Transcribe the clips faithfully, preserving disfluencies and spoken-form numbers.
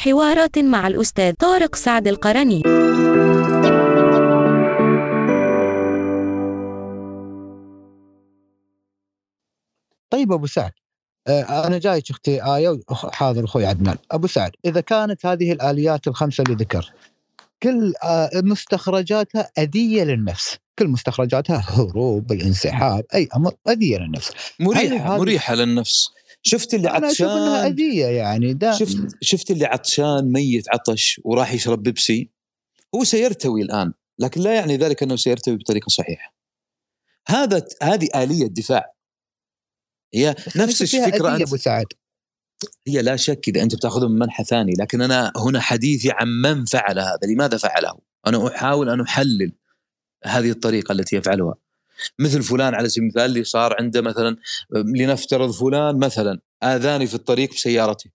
حوارات مع الأستاذ طارق سعد القرني. طيب أبو سعد، أنا جايك أختي آية وحاضر أخوي عدنان. أبو سعد، إذا كانت هذه الآليات الخمسة اللي ذكر كل مستخرجاتها أذية للنفس، كل مستخرجاتها هروب، الانسحاب، أي أمر أذية للنفس، مريحة مريحة للنفس. شفت اللي أنا عطشان؟ أشوف إنها أذية يعني دا شفت شفت اللي عطشان ميت عطش وراح يشرب بيبسي، هو سيرتوي الآن، لكن لا يعني ذلك أنه سيرتوي بطريقة صحيحة. هذا هذه آلية دفاع، هي نفس الفكرة. أبو سعد، هي لا شك إذا أنت بتأخذه من منحى ثاني، لكن أنا هنا حديثي عن من فعل هذا، لماذا فعله. أنا أحاول أن أحلل هذه الطريقة التي يفعلها. مثل فلان على سبيل المثال اللي صار عنده مثلا، لنفترض فلان مثلا آذاني في الطريق بسيارته،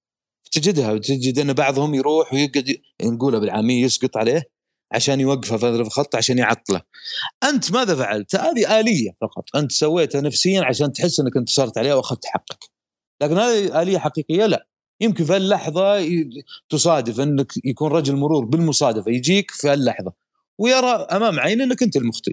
تجدها وتجد أن بعضهم يروح ويقعد نقوله بالعامية يسقط عليه عشان يوقفه في الخط عشان يعطله. أنت ماذا فعلت؟ هذه آلية فقط، أنت سويتها نفسيا عشان تحس أنك انتصرت عليها وأخذت حقك، لكن هذه آلية حقيقية لا. يمكن في اللحظة تصادف أنك يكون رجل مرور بالمصادفة يجيك في اللحظة ويرى أمام عين أنك أنت المخطئ،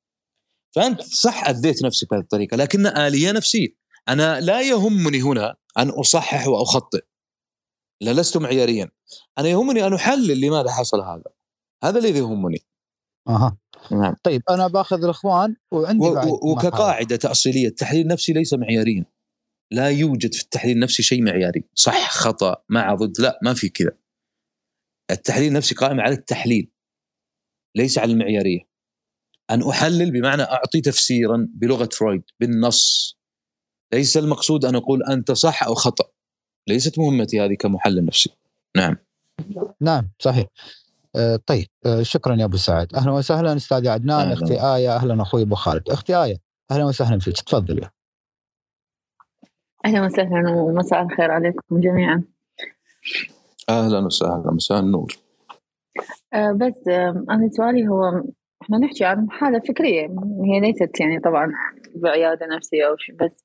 فأنت صح أذيت نفسك بهذه الطريقة، لكنها آلية نفسية. أنا لا يهمني هنا أن أصحح وأخطئ، لا لست معياريا، أنا يهمني أن أحلل لماذا حصل هذا، هذا الذي يهمني. أها. نعم. طيب أنا باخذ الإخوان وعندي و- بعد وكقاعدة تأصيلية التحليل النفسي ليس معياريا، لا يوجد في التحليل النفسي شيء معياري صح خطأ مع ضد، لا ما في كذا. التحليل النفسي قائم على التحليل ليس على المعيارية. أن أحلل بمعنى أعطي تفسيرا بلغة فرويد بالنص، ليس المقصود أن أقول أنت صح أو خطأ، ليست مهمتي هذه كمحلل نفسي. نعم نعم صحيح. آه طيب، آه شكرا يا أبو سعد. أهلا وسهلا أستاذ عدنان. أهلا. أختي آية، أهلا أخوي أبو خالد. أختي آية أهلا وسهلا فيك، تفضلي. أهلا وسهلا ومساء الخير عليكم جميعا. أهلا وسهلا، مساء النور. آه بس آه أنا سؤالي هو إحنا نحكي عن حالة فكرية، هي ليست يعني طبعا بعيادة نفسية أو شيء، بس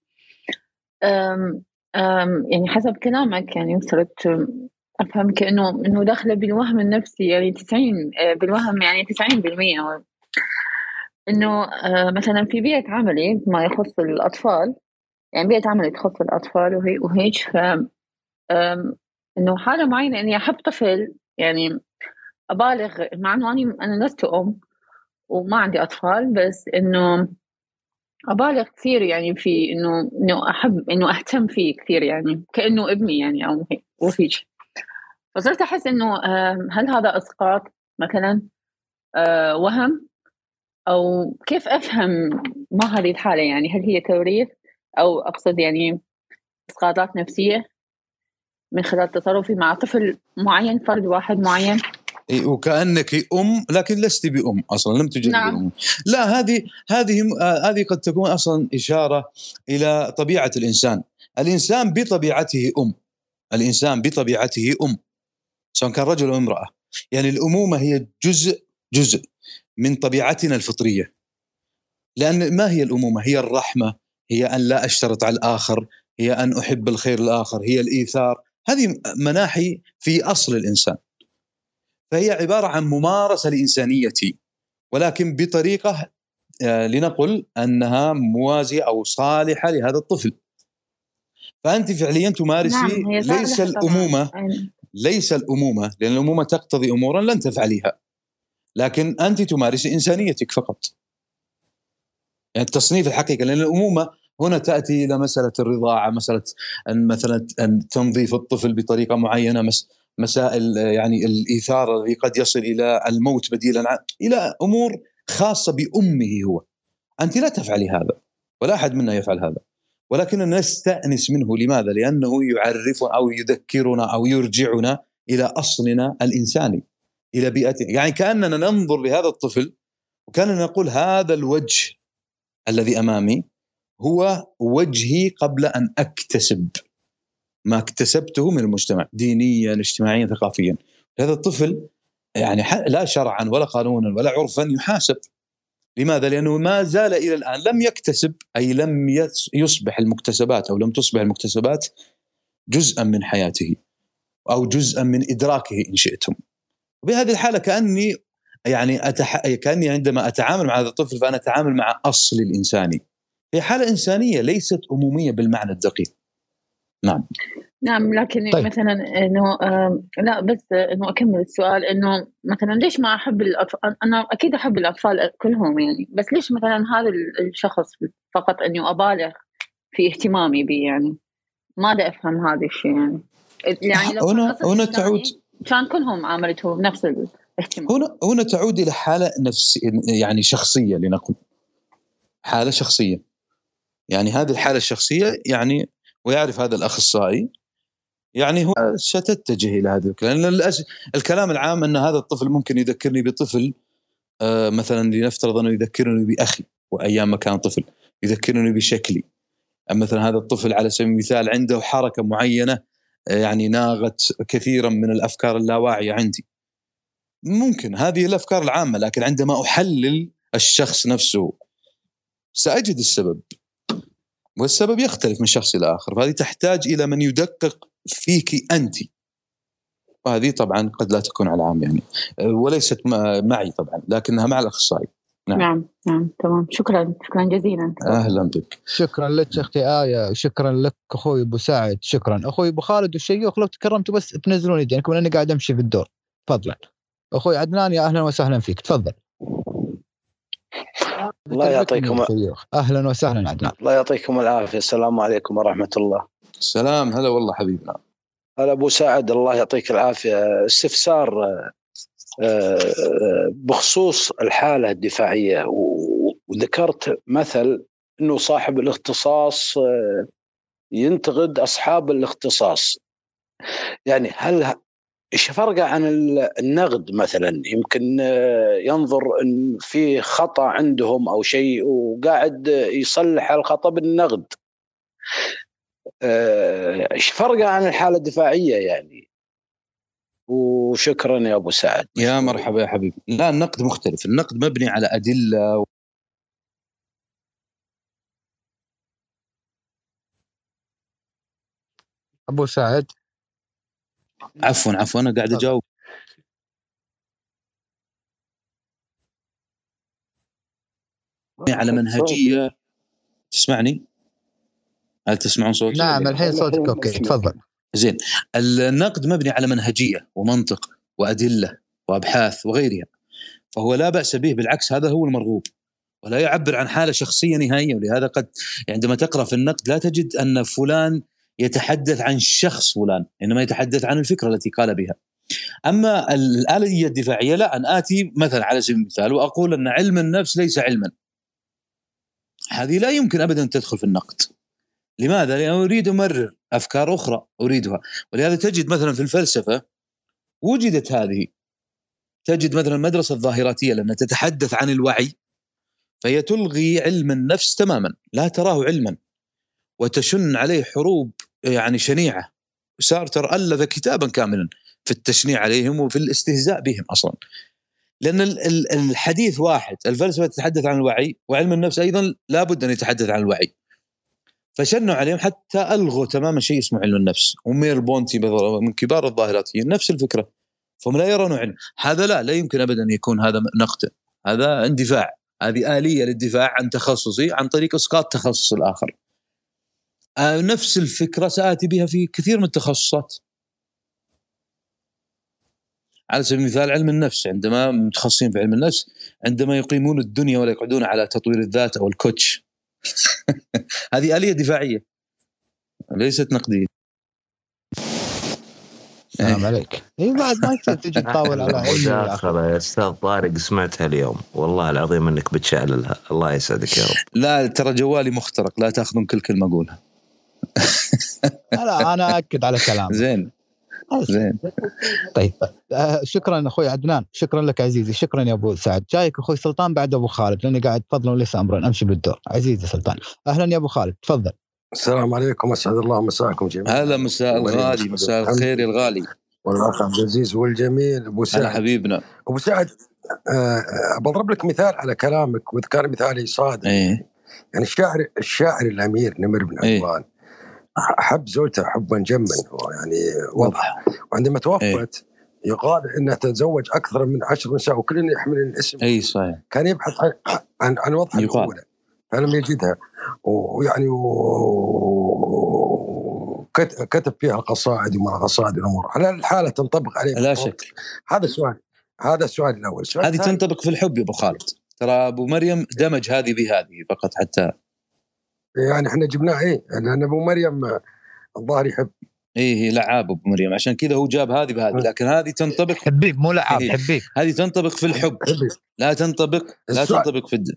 آم آم يعني حسب كلامك يعني وصلت أفهم كأنه إنه داخلة بالوهم النفسي، يعني تسعين آه بالوهم يعني تسعين بالمية، إنه آه مثلا في بيئة عملي ما يخص الأطفال، يعني بيئة عمل تخص الأطفال وهي وهيك ف إنه حالة معينة إني أحب طفل، يعني أبالغ مع إنه أنا أنا لست أم وما عندي أطفال، بس إنه أبالغ كثير يعني في إنه إنه أحب إنه أهتم فيه كثير، يعني كأنه ابني يعني أو هيك وهيك. فصرت أحس إنه هل هذا إسقاط مثلا أه وهم، أو كيف أفهم ما هذه الحالة، يعني هل هي توريث أو أقصد يعني إسقاطات نفسية من خلال تصرفي مع طفل معين، فرد واحد معين. إيه، وكأنك أم لكن لست بأم أصلا، لم تجد نعم. بأم. لا، هذه هذه هذه قد تكون أصلا إشارة إلى طبيعة الإنسان. الإنسان بطبيعته أم، الإنسان بطبيعته أم سواء كان رجل أو امرأة. يعني الأمومة هي جزء جزء من طبيعتنا الفطرية. لأن ما هي الأمومة؟ هي الرحمة، هي أن لا أشترط على الآخر، هي أن أحب الخير للآخر، هي الإيثار. هذه مناحي في أصل الإنسان، فهي عبارة عن ممارسة لإنسانيتي، ولكن بطريقة آه لنقل أنها موازية أو صالحة لهذا الطفل. فأنت فعليا تمارسي. نعم، هي ليس الأمومة طبعاً. ليس الأمومة لأن الأمومة تقتضي أمورا لن تفعليها، لكن أنت تمارسي إنسانيتك فقط. يعني التصنيف الحقيقي، لأن الأمومة هنا تأتي إلى مسألة الرضاعة، مسألة أن مثلا أن تنظيف الطفل بطريقة معينة، مس مسائل يعني الإيثار الذي قد يصل إلى الموت بديلا عن، إلى أمور خاصة بأمه هو. أنت لا تفعلي هذا ولا أحد منا يفعل هذا، ولكننا نستأنس منه. لماذا؟ لأنه يعرفنا أو يذكرنا أو يرجعنا إلى أصلنا الإنساني، إلى بيئتنا. يعني كأننا ننظر لهذا الطفل وكأننا نقول هذا الوجه الذي أمامي هو وجهي قبل أن أكتسب ما اكتسبته من المجتمع دينيا اجتماعيا ثقافيا. هذا الطفل يعني لا شرعا ولا قانونا ولا عرفا يحاسب. لماذا؟ لأنه ما زال إلى الآن لم يكتسب، أي لم يصبح المكتسبات أو لم تصبح المكتسبات جزءا من حياته. أو جزءا من إدراكه إن شئتم. وبهذه الحالة كأني يعني أتح... كأني عندما أتعامل مع هذا الطفل فأنا أتعامل مع أصل الإنساني. هي حالة إنسانية ليست أمومية بالمعنى الدقيق. نعم نعم، لكن طيب. مثلا انه آه لا بس انه اكمل السؤال، انه مثلا ليش ما احب الاطفال؟ انا اكيد احب الاطفال كلهم يعني، بس ليش مثلا هذا الشخص فقط انه ابالغ في اهتمامي به؟ يعني ما افهم هذا الشيء يعني. يعني لو كان هنا هنا تعود كان كلهم عملته بنفس الاهتمام. هنا هنا تعود الى حاله نفس يعني شخصيه، لنقل حاله شخصيه. يعني هذه الحاله الشخصيه يعني، ويعرف هذا الاخصائي يعني هو ستتجه الى هذا الكلام. لأن الكلام العام ان هذا الطفل ممكن يذكرني بطفل آه مثلا، لنفترض انه يذكرني باخي وايام ما كان طفل، يذكرني بشكلي. مثلا هذا الطفل على سبيل المثال عنده حركه معينه يعني ناغت كثيرا من الافكار اللاواعيه عندي. ممكن هذه الافكار العامه، لكن عندما احلل الشخص نفسه ساجد السبب، والسبب يختلف من شخص الى اخر. فهذه تحتاج الى من يدقق فيك انت، وهذه طبعا قد لا تكون على عام يعني، وليست معي طبعا، لكنها مع الاخصائي. نعم نعم, نعم. تمام. شكرا شكرا جزيلا. اهلا بك. شكرا لك اختي آية، شكرا لك اخوي ابو سعد، شكرا اخوي ابو خالد والشيوخ. لو تكرمتوا بس تنزلون يدينكم لاني قاعد امشي في الدور. تفضل اخوي عدنان، يا اهلا وسهلا فيك، تفضل. الله يعطيكم اهلا وسهلا عدنان. الله يعطيكم العافيه. السلام عليكم ورحمه الله. السلام. هلا والله حبيبنا. هلا ابو سعد، الله يعطيك العافيه. استفسار بخصوص الحاله الدفاعيه، وذكرت مثل انه صاحب الاختصاص ينتقد اصحاب الاختصاص. يعني هل ايش فرقه عن النقد؟ مثلا يمكن ينظر ان في خطأ عندهم او شيء وقاعد يصلح الخطأ بالنقد. ايش فرقه عن الحالة الدفاعية يعني؟ وشكرا يا ابو سعد. يا مرحبا يا حبيبي. لا، النقد مختلف. النقد مبني على أدلة. ابو سعد عفوا عفوا انا قاعد اجاوب. على منهجية. تسمعني؟ هل تسمعون صوتي؟ نعم الحين صوتك اوكي، تفضل. زين. النقد مبني على منهجية ومنطق وأدلة وأبحاث وغيرها، فهو لا بأس به، بالعكس هذا هو المرغوب، ولا يعبر عن حالة شخصية نهائية. ولهذا قد عندما تقرأ في النقد لا تجد أن فلان يتحدث عن شخص فلان، إنما يتحدث عن الفكرة التي قال بها. أما الآلية الدفاعية لا، أن آتي مثلا على سبيل المثال وأقول أن علم النفس ليس علما، هذه لا يمكن أبدا تدخل في النقد. لماذا؟ لأنه أريد أمرر أفكار أخرى أريدها. ولهذا تجد مثلا في الفلسفة وجدت هذه، تجد مثلا المدرسة الظاهراتية لما تتحدث عن الوعي فهي تلغي علم النفس تماما، لا تراه علما، وتشن عليه حروب يعني شنيعة. سارتر ألف كتابا كاملا في التشنيع عليهم وفي الاستهزاء بهم أصلا، لأن الحديث واحد. الفلسفة تتحدث عن الوعي، وعلم النفس أيضا لابد أن يتحدث عن الوعي، فشنوا عليهم حتى ألغوا تماما شيء اسمه علم النفس. ومير بونتي من كبار الظاهراتيين نفس الفكرة، فهم لا يرون علم. هذا لا لا يمكن أبدا يكون هذا نقد، هذا اندفاع. هذه آلية للدفاع عن تخصصي عن طريق إسقاط تخصص الآخر. آه نفس الفكرة سآتي بها في كثير من التخصصات. على سبيل المثال علم النفس، عندما متخصصين في علم النفس عندما يقيمون الدنيا ولا يقعدون على تطوير الذات أو الكوتش هذه آلية دفاعية ليست نقدية. السلام عليك. اي بعد ما يصير تجي تطاول على مداخلة يا استاذ طارق، سمعتها اليوم والله العظيم انك بتشعللها. الله يسعدك يا رب. لا ترى جوالي مخترق، لا تاخذون كل كلمة اقولها. لا انا اكد على كلامك. زين زين. طيب آه شكرا اخوي عدنان، شكرا لك عزيزي، شكرا يا ابو سعد. جايك اخوي سلطان بعد ابو خالد لاني قاعد فضلا وليس امرا امشي بالدور. عزيزي سلطان اهلا يا ابو خالد، تفضل. السلام عليكم، اسعد الله مساءكم جميعا. هلا مساء الغالي، مساء الخير يا الغالي والاخ عبد العزيز والجميل ابو سعد. هلا حبيبنا ابو سعد. أه بضرب لك مثال على كلامك وذكر مثالي صادق. ايه. يعني الشاعر الشاعر الامير نمر بن عدوان. ايه؟ حب زوجته حبا جما يعني واضح. وعندما توفت أي. يقال انه تزوج اكثر من عشر نساء وكلن يحملن الاسم. اي صحيح. كان يبحث عن عن, عن وضع الاولى فلم يجدها، ويعني وكتب فيها قصائد وما قصائد الامور. على الحاله تنطبق عليه لا شك. هذا السؤال هذا السؤال الاول. هذه تنطبق في الحب يا ابو خالد، ترى ابو مريم دمج هذه بهذه فقط حتى يعني احنا جبناه ايه لان ابو مريم الظاهر يحب ايه هي لعاب ابو مريم، عشان كذا هو جاب هذه بهذه، لكن هذه تنطبق حبيب مو لعاب إيه. حبيب هذه تنطبق في الحب حبيب. لا تنطبق لا تنطبق في الد...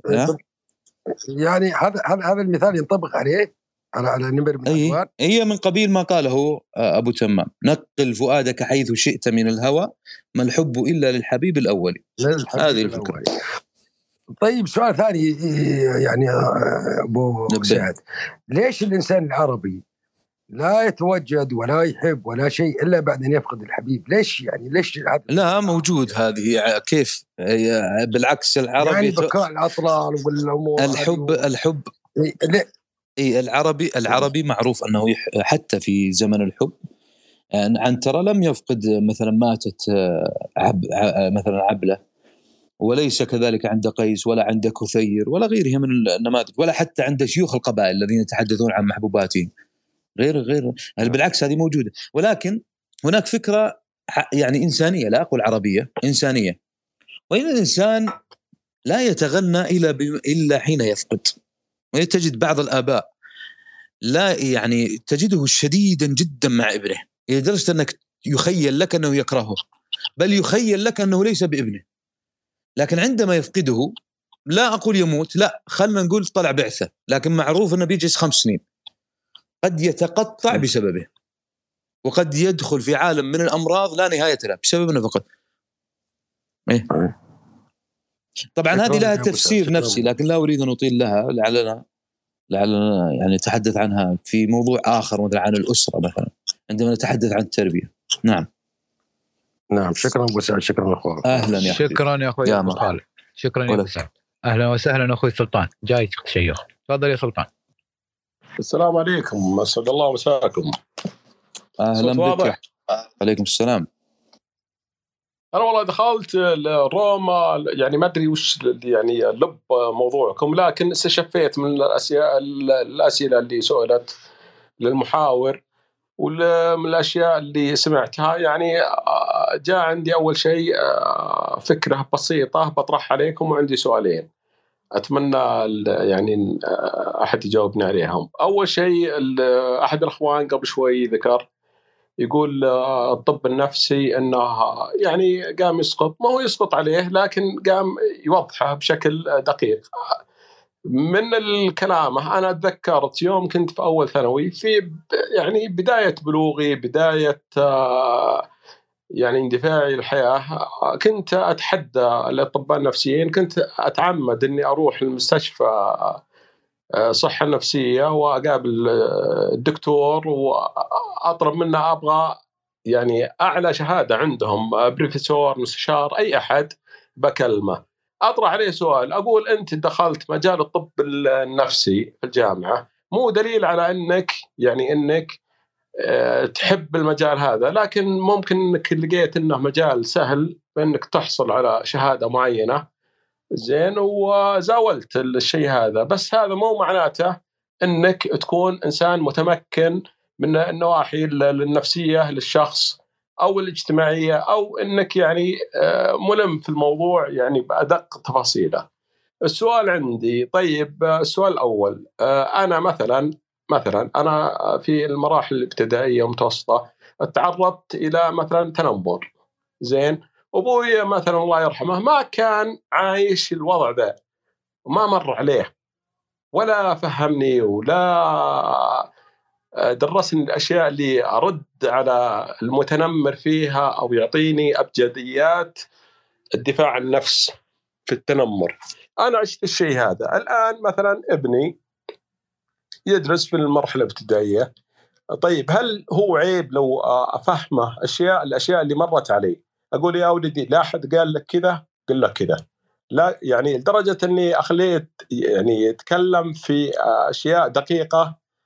يعني هذا هذا هذا المثال ينطبق عليه على على نمر من الألوان. هي من قبيل ما قاله ابو تمام: نقل فؤادك حيث شئت من الهوى، ما الحب الا للحبيب الاولي. هذه الفكره. طيب سؤال ثاني يعني ابو سعد، ليش الانسان العربي لا يتوجد ولا يحب ولا شيء الا بعد ان يفقد الحبيب؟ ليش يعني ليش هذا؟ لا موجود هذه كيف، بالعكس العربي يعني بكاء الاطلال والامور الحب الحب اي العربي العربي معروف انه حتى في زمن الحب يعني عنترة لم يفقد مثلا ماتت عب مثلا عبلة، وليس كذلك عند قيس ولا عند كثير ولا غيرها من النماذج، ولا حتى عند شيوخ القبائل الذين يتحدثون عن محبوباتهم. غير غير بالعكس هذه موجودة، ولكن هناك فكرة يعني إنسانية، لا أقول عربية، إنسانية. وإن الإنسان لا يتغنى إلا إلا حين يفقد. وتجد بعض الآباء لا يعني تجده شديدا جدا مع ابنه إلى درجة أنك يخيل لك أنه يكرهه، بل يخيل لك أنه ليس بابنه. لكن عندما يفقده لا أقول يموت، لا خلنا نقول طلع بعثة، لكن معروف أنه بيجلس خمس سنين، قد يتقطع بسببه، وقد يدخل في عالم من الأمراض لا نهاية له بسبب أنه فقد. إيه؟ طبعا هذه لها تفسير نفسي لكن لا أريد أن أطيل لها، لعلنا لعلنا يعني نتحدث عنها في موضوع آخر مثلا عن الأسرة مثلا عندما نتحدث عن التربية. نعم نعم. شكرا أبو سعد. شكرا أخوي. أهلا يا حبيب. شكرا يا أخوي أبو خالد. شكرا يا أبو سعد. أهلا وسهلا أخوي سلطان. جاي شيخ تفضل يا سلطان. السلام عليكم، أسعد الله مساكم. أهلا بك. عليكم السلام. أنا والله دخلت روما يعني ما أدري وش يعني لب موضوعكم، لكن استشفيت من الأسئلة الأسئلة اللي سئلت للمحاور ومن الأشياء اللي سمعتها. يعني جاء عندي أول شيء فكرة بسيطة بطرح عليكم، وعندي سؤالين أتمنى يعني أحد يجاوبني عليهم. أول شيء أحد الأخوان قبل شوي ذكر يقول الطب النفسي أنه يعني قام يسقط، ما هو يسقط عليه لكن قام يوضحه بشكل دقيق. من الكلام أنا تذكرت يوم كنت في أول ثانوي في يعني بداية بلوغي، بداية يعني اندفاعي الحياة، كنت أتحدى الأطباء النفسيين، كنت أتعمد أني أروح المستشفى صحة نفسية وأقابل الدكتور وأطلب منه أبغى يعني أعلى شهادة عندهم، بروفيسور مستشار أي أحد بكلمة. أطرح عليه سؤال أقول أنت دخلت مجال الطب النفسي في الجامعة، مو دليل على أنك يعني أنك تحب المجال هذا، لكن ممكن أنك لقيت أنه مجال سهل بأنك تحصل على شهادة معينة زين وزاولت الشيء هذا، بس هذا مو معناته أنك تكون إنسان متمكن من النواحي النفسية للشخص أو الاجتماعية، أو أنك يعني ملم في الموضوع يعني بأدق تفاصيله. السؤال عندي طيب، السؤال الأول، أنا مثلا مثلا أنا في المراحل الابتدائية ومتوسطة تعرضت إلى مثلا تنمر زين، أبوي مثلا الله يرحمه ما كان عايش الوضع ذا وما مر عليه ولا فهمني ولا درسني الأشياء اللي أرد على المتنمر فيها أو يعطيني أبجديات الدفاع عن النفس في التنمر. أنا عشت الشيء هذا. الآن مثلا ابني يدرس في المرحلة الابتدائية، طيب هل هو عيب لو أفهمه أشياء الأشياء اللي مرت علي؟ أقول يا ولدي لا أحد قال لك كذا قل لك كذا، لا يعني لدرجة أني أخليه يعني يتكلم في أشياء دقيقة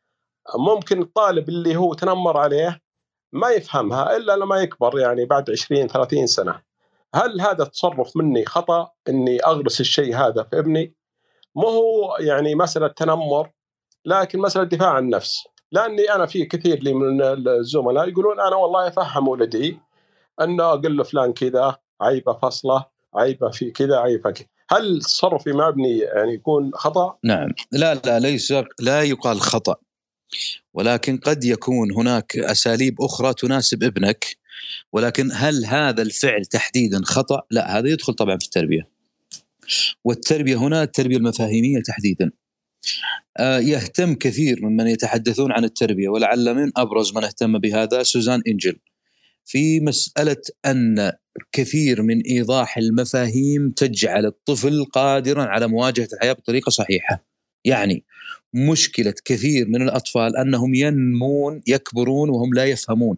ممكن الطالب اللي هو تنمر عليه ما يفهمها إلا لما يكبر، يعني بعد عشرين ثلاثين سنة. هل هذا تصرف مني خطأ إني أغرس الشيء هذا في ابني؟ مو هو يعني مسألة تنمر، لكن مسألة دفاع عن النفس. لأني أنا في كثير لي من الزملاء يقولون أنا والله أفهم ولدي أنه أقول له فلان كذا عيبة فصله، عيبة في كذا، عيبة كذا. هل تصرفي مع ابني يعني يكون خطأ؟ نعم، لا لا ليس، لا يقال خطأ، ولكن قد يكون هناك أساليب أخرى تناسب ابنك. ولكن هل هذا الفعل تحديدا خطأ؟ لا، هذا يدخل طبعا في التربية. والتربية هنا التربية المفاهيمية تحديدا. آه يهتم كثير ممن يتحدثون عن التربية، ولعل من أبرز من اهتم بهذا سوزان إنجل، في مسألة أن كثير من إيضاح المفاهيم تجعل الطفل قادرا على مواجهة الحياة بطريقة صحيحة. يعني مشكلة كثير من الأطفال أنهم ينمون يكبرون وهم لا يفهمون،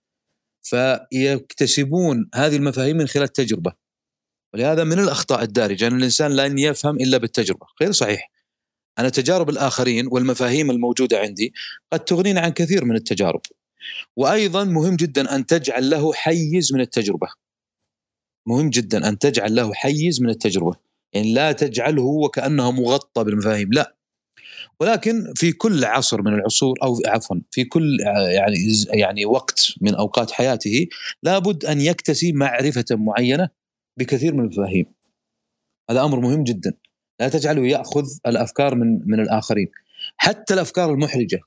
فيكتسبون هذه المفاهيم من خلال التجربة. ولهذا من الأخطاء الدارجة أن الإنسان لن يفهم إلا بالتجربة. غير صحيح. أنا تجارب الآخرين والمفاهيم الموجودة عندي قد تغنينا عن كثير من التجارب. وأيضا مهم جدا أن تجعل له حيز من التجربة. مهم جدا أن تجعل له حيز من التجربة، يعني لا تجعله وكأنه مغطى بالمفاهيم، لا. ولكن في كل عصر من العصور، أو عفوا في كل يعني يعني وقت من أوقات حياته، لابد أن يكتسي معرفة معينة بكثير من المفاهيم. هذا أمر مهم جدا. لا تجعله يأخذ الأفكار من من الآخرين، حتى الأفكار المحرجة.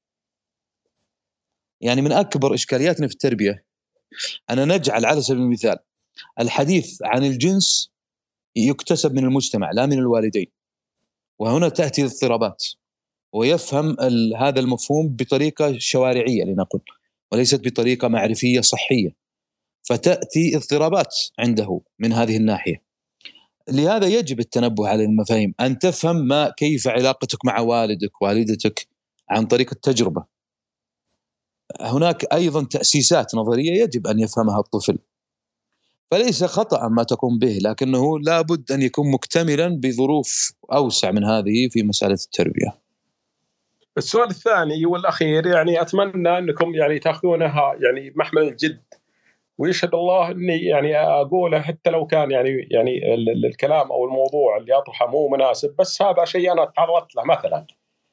يعني من أكبر إشكالياتنا في التربية أن نجعل على سبيل المثال الحديث عن الجنس يكتسب من المجتمع لا من الوالدين، وهنا تأتي الاضطرابات، ويفهم هذا المفهوم بطريقة شوارعية لنقل، وليست بطريقة معرفية صحية، فتأتي اضطرابات عنده من هذه الناحية. لهذا يجب التنبه على المفاهيم، أن تفهم ما كيف علاقتك مع والدك والدتك عن طريق التجربة. هناك أيضا تأسيسات نظرية يجب أن يفهمها الطفل، فليس خطأ ما تقوم به، لكنه لابد أن يكون مكتملا بظروف أوسع من هذه في مسألة التربية. السؤال الثاني والأخير، يعني أتمنى أنكم يعني تأخذونها يعني محمل الجد، ويشهد الله أني يعني أقوله حتى لو كان يعني يعني الكلام أو الموضوع اللي أطرحه مو مناسب، بس هذا شيء أنا تعرضت له مثلا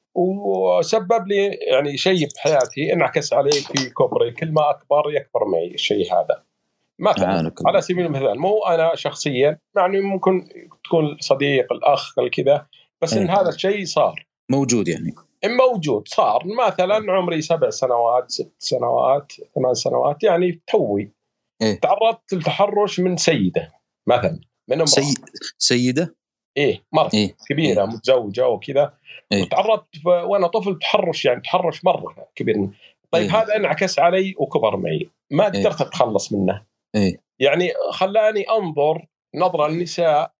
وسبب لي يعني شيء بحياتي انعكس علي في كبري. كل ما أكبر يكبر معي الشيء هذا. مثلا على سبيل المثال، مو أنا شخصيا، يعني ممكن تكون صديق الأخ الكذا، بس إن هذا الشيء صار موجود، يعني موجود صار. مثلا عمري سبع سنوات ست سنوات ثمان سنوات، يعني توي إيه؟ تعرضت للتحرش من سيدة مثلا، من امرأة سي... سيدة إيه مرة إيه؟ كبيرة إيه؟ متزوجة وكذا إيه؟ وتعرضت وأنا طفل تحرش، يعني تحرش مرة كبير. طيب إيه؟ هذا انعكس علي وكبر معي، ما قدرت إيه؟ أتخلص منه إيه؟ يعني خلاني أنظر نظرة النساء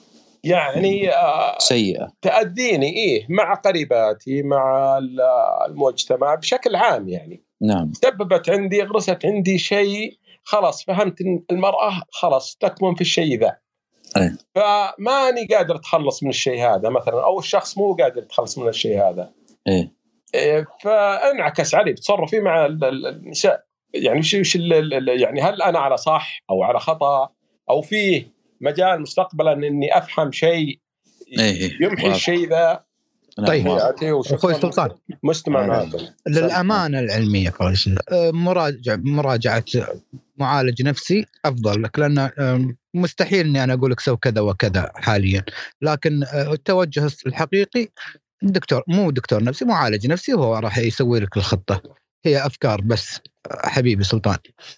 يعني سيئة تأذيني إيه مع قريباتي مع المجتمع بشكل عام. يعني نعم. سببت عندي غرست عندي شيء، خلاص فهمت إن المرأة خلاص تكمن في الشيء ذا أيه. فماني قادر أتخلص من الشيء هذا مثلا، أو الشخص مو قادر يتخلص من الشيء هذا أيه. إيه فانعكس علي بتصرفي مع النساء. يعني وش وش يعني هل أنا على صح أو على خطأ، أو فيه مجال مستقبلا إني أفهم شيء يمحي واضح. الشيء ذا. طيب أخوي سلطان، مستمع معكم. للأمانة العلمية مراجعة مراجعة معالج نفسي أفضل لك، لأن مستحيل إني أنا أقول لك سو كذا وكذا حاليا، لكن التوجه الحقيقي دكتور، مو دكتور نفسي، معالج نفسي، وهو راح يسوي لك الخطة. هي أفكار بس حبيبي سلطان.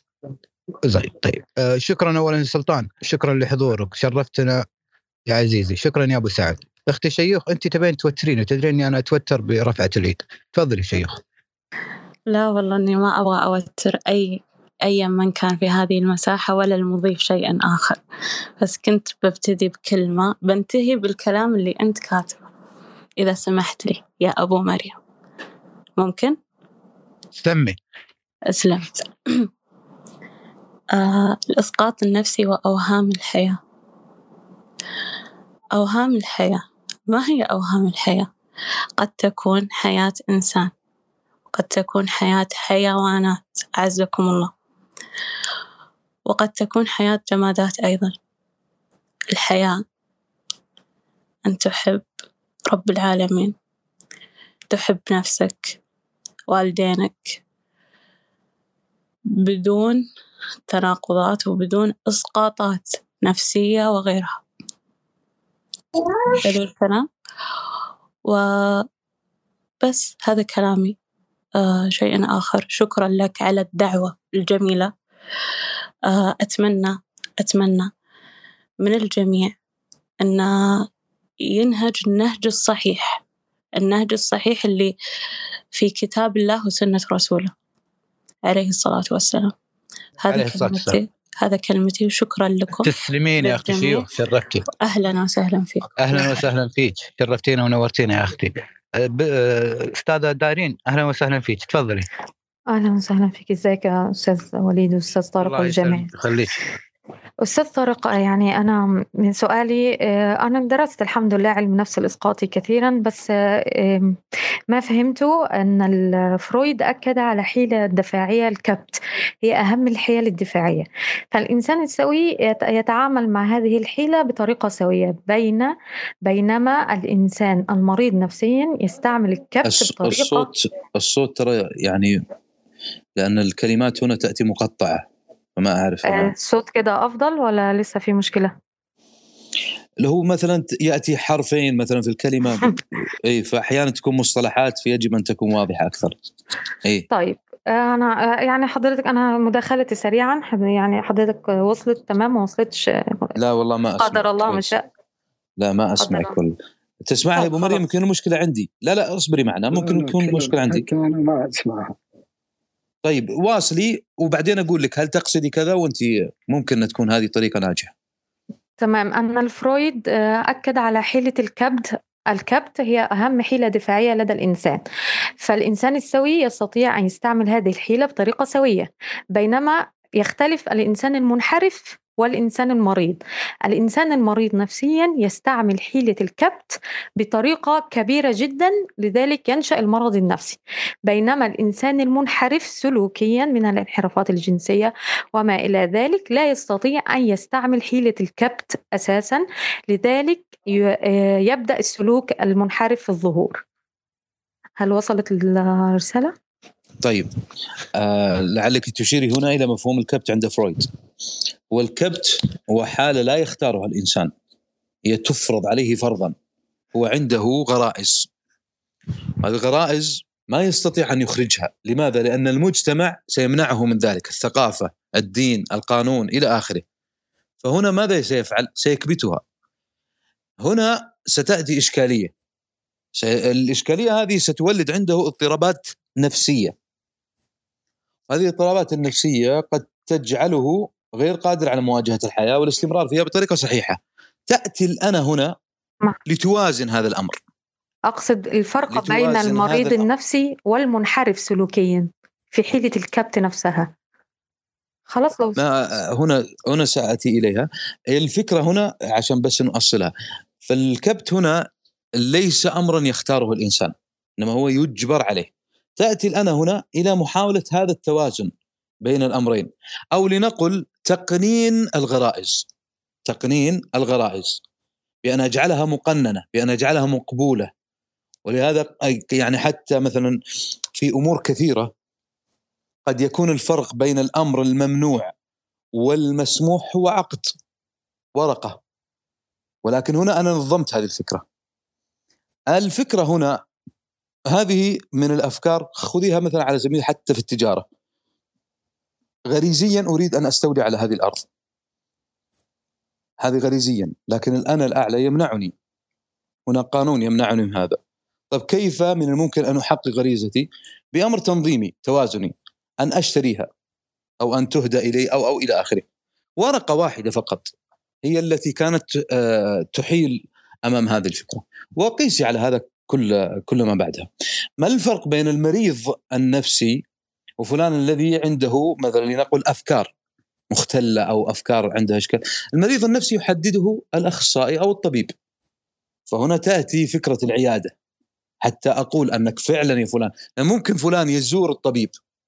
زين طيب، شكرا أولا سلطان، شكرا لحضورك، شرفتنا يا عزيزي. شكرا يا أبو سعد. أختي شيوخ، أنت تبين توترين وتدرين أني أنا أتوتر برفعة اليد. تفضلي شيوخ. لا والله أني ما أبغى أوتر أي أي من كان في هذه المساحة ولا المضيف شيئا آخر، بس كنت ببتدي بكلمة بنتهي بالكلام اللي أنت كاتبه إذا سمحت لي يا أبو مريم. ممكن؟ سمي. أسلمت. آه، الإسقاط النفسي وأوهام الحياة. أوهام الحياة ما هي أوهام الحياة؟ قد تكون حياة إنسان قد تكون حياة حيوانات أعزكم الله، وقد تكون حياة جمادات أيضا. الحياة أن تحب رب العالمين، تحب نفسك، والدينك، بدون تناقضات وبدون إسقاطات نفسية وغيرها. حلو الكلام. وبس هذا كلامي. آه شيء آخر، شكرا لك على الدعوة الجميلة. آه أتمنى أتمنى من الجميع أن ينهج النهج الصحيح، النهج الصحيح اللي في كتاب الله وسنة رسوله عليه الصلاة والسلام. هذه كلمتي، هذا كلمتي، وشكرا لكم. تسلمين يا أختي شيوخ، شرفتي. أهلا وسهلا فيك. أهلا وسهلا فيك، شرفتينا ونورتينا يا أختي. أستاذة دارين أهلا وسهلا فيك، تفضلي. أهلا وسهلا فيك. إزيك يا أستاذ وليد وأستاذ طارق والجميع؟ خليك. أستاذ طارق، يعني أنا من سؤالي، أنا درست الحمد لله علم نفس الإسقاطي كثيرا، بس ما فهمته أن الفرويد أكد على حيلة دفاعية الكبت هي أهم الحيل الدفاعية، فالإنسان السوي يتعامل مع هذه الحيلة بطريقة سوية، بين بينما الإنسان المريض نفسيا يستعمل الكبت بطريقة. الصوت الصوت ترى يعني لأن الكلمات هنا تأتي مقطعة، فما أعرف. الصوت كده أفضل ولا لسه في مشكلة؟ اللي هو مثلا يأتي حرفين مثلا في الكلمة أي، فأحيانا تكون مصطلحات فيجب أن تكون واضحة أكثر. أي طيب أنا يعني حضرتك أنا مداخلتي سريعا، يعني حضرتك وصلت تمام ما وصلتش؟ لا والله ما أسمع. قدر الله ما شاء. لا ما أسمعك والله. تسمعها يا أبو مريم؟ يمكن المشكلة عندي. لا لا اصبري معنا، ممكن تكون مشكلة عندي. أنا ما أسمعها. طيب واصلي وبعدين أقول لك هل تقصدي كذا، وأنت ممكن تكون هذه طريقة ناجحة. تمام. أن الفرويد أكد على حيلة الكبت. الكبت هي أهم حيلة دفاعية لدى الإنسان، فالإنسان السوي يستطيع أن يستعمل هذه الحيلة بطريقة سوية، بينما يختلف الإنسان المنحرف والإنسان المريض. الإنسان المريض نفسيا يستعمل حيلة الكبت بطريقة كبيرة جدا، لذلك ينشأ المرض النفسي، بينما الإنسان المنحرف سلوكيا من الانحرافات الجنسية وما إلى ذلك لا يستطيع أن يستعمل حيلة الكبت أساسا، لذلك يبدأ السلوك المنحرف في الظهور. هل وصلت الرسالة؟ طيب آه لعلك تشيري هنا إلى مفهوم الكبت عند فرويد. والكبت هو حالة لا يختارها الإنسان، هي تفرض عليه فرضا. هو عنده غرائز، هذه الغرائز ما يستطيع أن يخرجها. لماذا؟ لأن المجتمع سيمنعه من ذلك، الثقافة، الدين، القانون إلى آخره. فهنا ماذا سيفعل؟ سيكبتها. هنا ستأتي إشكالية، الإشكالية هذه ستولد عنده اضطرابات نفسية. هذه الاضطرابات النفسية قد تجعله غير قادر على مواجهة الحياة والاستمرار فيها بطريقة صحيحة. تأتي الأنا هنا لتوازن هذا الأمر. أقصد الفرق بين المريض النفسي والمنحرف سلوكيا في حيلة الكبت نفسها. خلاص لو هنا هنا سأتي إليها. الفكرة هنا عشان بس نؤصلها، فالكبت هنا ليس أمرا يختاره الإنسان، إنما هو يجبر عليه. تأتي الأنا هنا إلى محاولة هذا التوازن بين الأمرين، أو لنقل تقنين الغرائز، تقنين الغرائز بأن أجعلها مقننة، بأن أجعلها مقبولة. ولهذا يعني حتى مثلا في أمور كثيرة قد يكون الفرق بين الأمر الممنوع والمسموح هو عقد ورقة، ولكن هنا أنا نظمت هذه الفكرة. الفكرة هنا هذه من الأفكار، خذيها مثلا على سبيل حتى في التجارة. غريزيا أريد أن أستولي على هذه الأرض، هذه غريزيا، لكن الأنا الأعلى يمنعني، هنا قانون يمنعني من هذا. طيب كيف من الممكن أن أحقق غريزتي؟ بأمر تنظيمي توازني، أن أشتريها أو أن تهدى إلي أو أو إلى آخره. ورقة واحدة فقط هي التي كانت تحيل أمام هذه الفكرة. وقيسي على هذا كل كل ما بعدها. ما الفرق بين المريض النفسي وفلان الذي عنده مثلا لنقل أفكار مختلة أو أفكار عندها إشكال؟ المريض النفسي يحدده الأخصائي أو الطبيب. فهنا تأتي فكرة العيادة. حتى أقول أنك فعلا يا فلان. ممكن فلان يزور الطبيب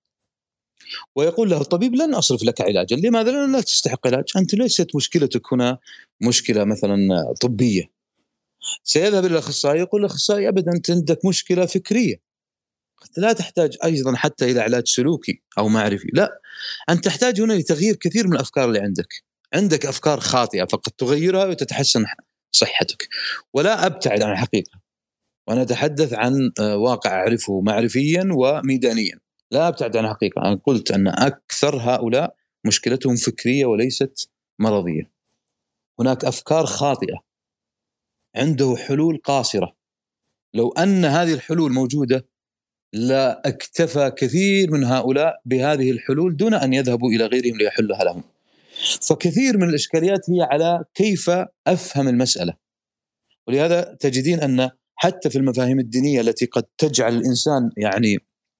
ويقول له الطبيب لن أصرف لك علاجا. لماذا؟ لأنه لا تستحق علاج. أنت ليست مشكلتك هنا مشكلة مثلا طبية. سيذهب إلى الأخصائي يقول الأخصائي أبدا أنت عندك مشكلة فكرية، لا تحتاج أيضا حتى إلى علاج سلوكي أو معرفي، لا، أنت تحتاج هنا لتغيير كثير من الأفكار اللي عندك. عندك أفكار خاطئة فقط تغيرها وتتحسن صحتك. ولا أبتعد عن الحقيقة، وأنا أتحدث عن واقع أعرفه معرفيا وميدانيا، لا أبتعد عن الحقيقة. أنا قلت أن أكثر هؤلاء مشكلتهم فكرية وليست مرضية. هناك أفكار خاطئة، عنده حلول قاصرة. لو أن هذه الحلول موجودة لا اكتفى كثير من هؤلاء بهذه الحلول دون أن يذهبوا إلى غيرهم ليحلها لهم. فكثير من الإشكاليات هي على كيف أفهم المسألة. ولهذا تجدين أن حتى في المفاهيم الدينية التي قد تجعل الإنسان يعني